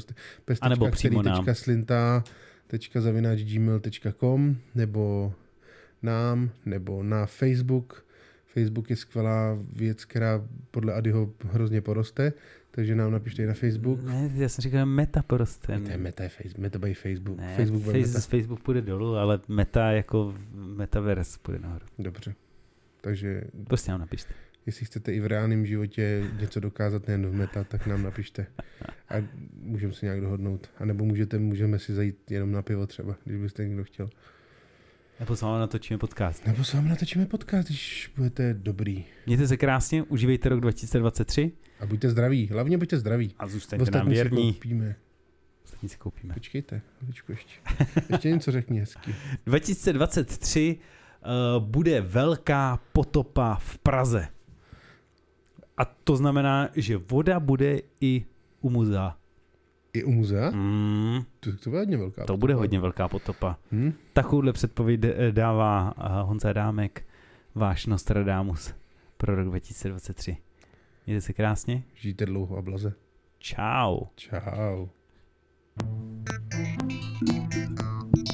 pes.který.slintá.gmail.com nebo nám, nebo na Facebook. Facebook je skvělá věc, která podle Adyho hrozně poroste, takže nám napište i na Facebook. Ne, já jsem říkal, Meta poroste. Meta by Facebook. Ne, Facebook půjde dolů, ale Meta jako Metaverse půjde nahoru. Dobře. Takže... Prostě nám napište. Jestli chcete i v reálném životě něco dokázat, nejen v Meta, tak nám napište. A můžeme se nějak dohodnout. A nebo můžeme si zajít jenom na pivo třeba, když byste někdo chtěl. Nebo s vámi natočíme podcast. Když budete dobrý. Mějte se krásně, užívejte rok 2023. A buďte zdraví, hlavně buďte zdraví. A zůstaňte nám věrní. Ostatní si koupíme. Počkejte, ještě. Ještě něco řekni hezky. 2023 bude velká potopa v Praze. A to znamená, že voda bude i u muzea. I u muzea? To bude hodně velká potopa. To bude hodně velká potopa. Takovouhle předpověď dává Honza Dámek, váš Nostradamus pro rok 2023. Mějte se krásně. Žijte dlouho a blaze. Čau. Čau.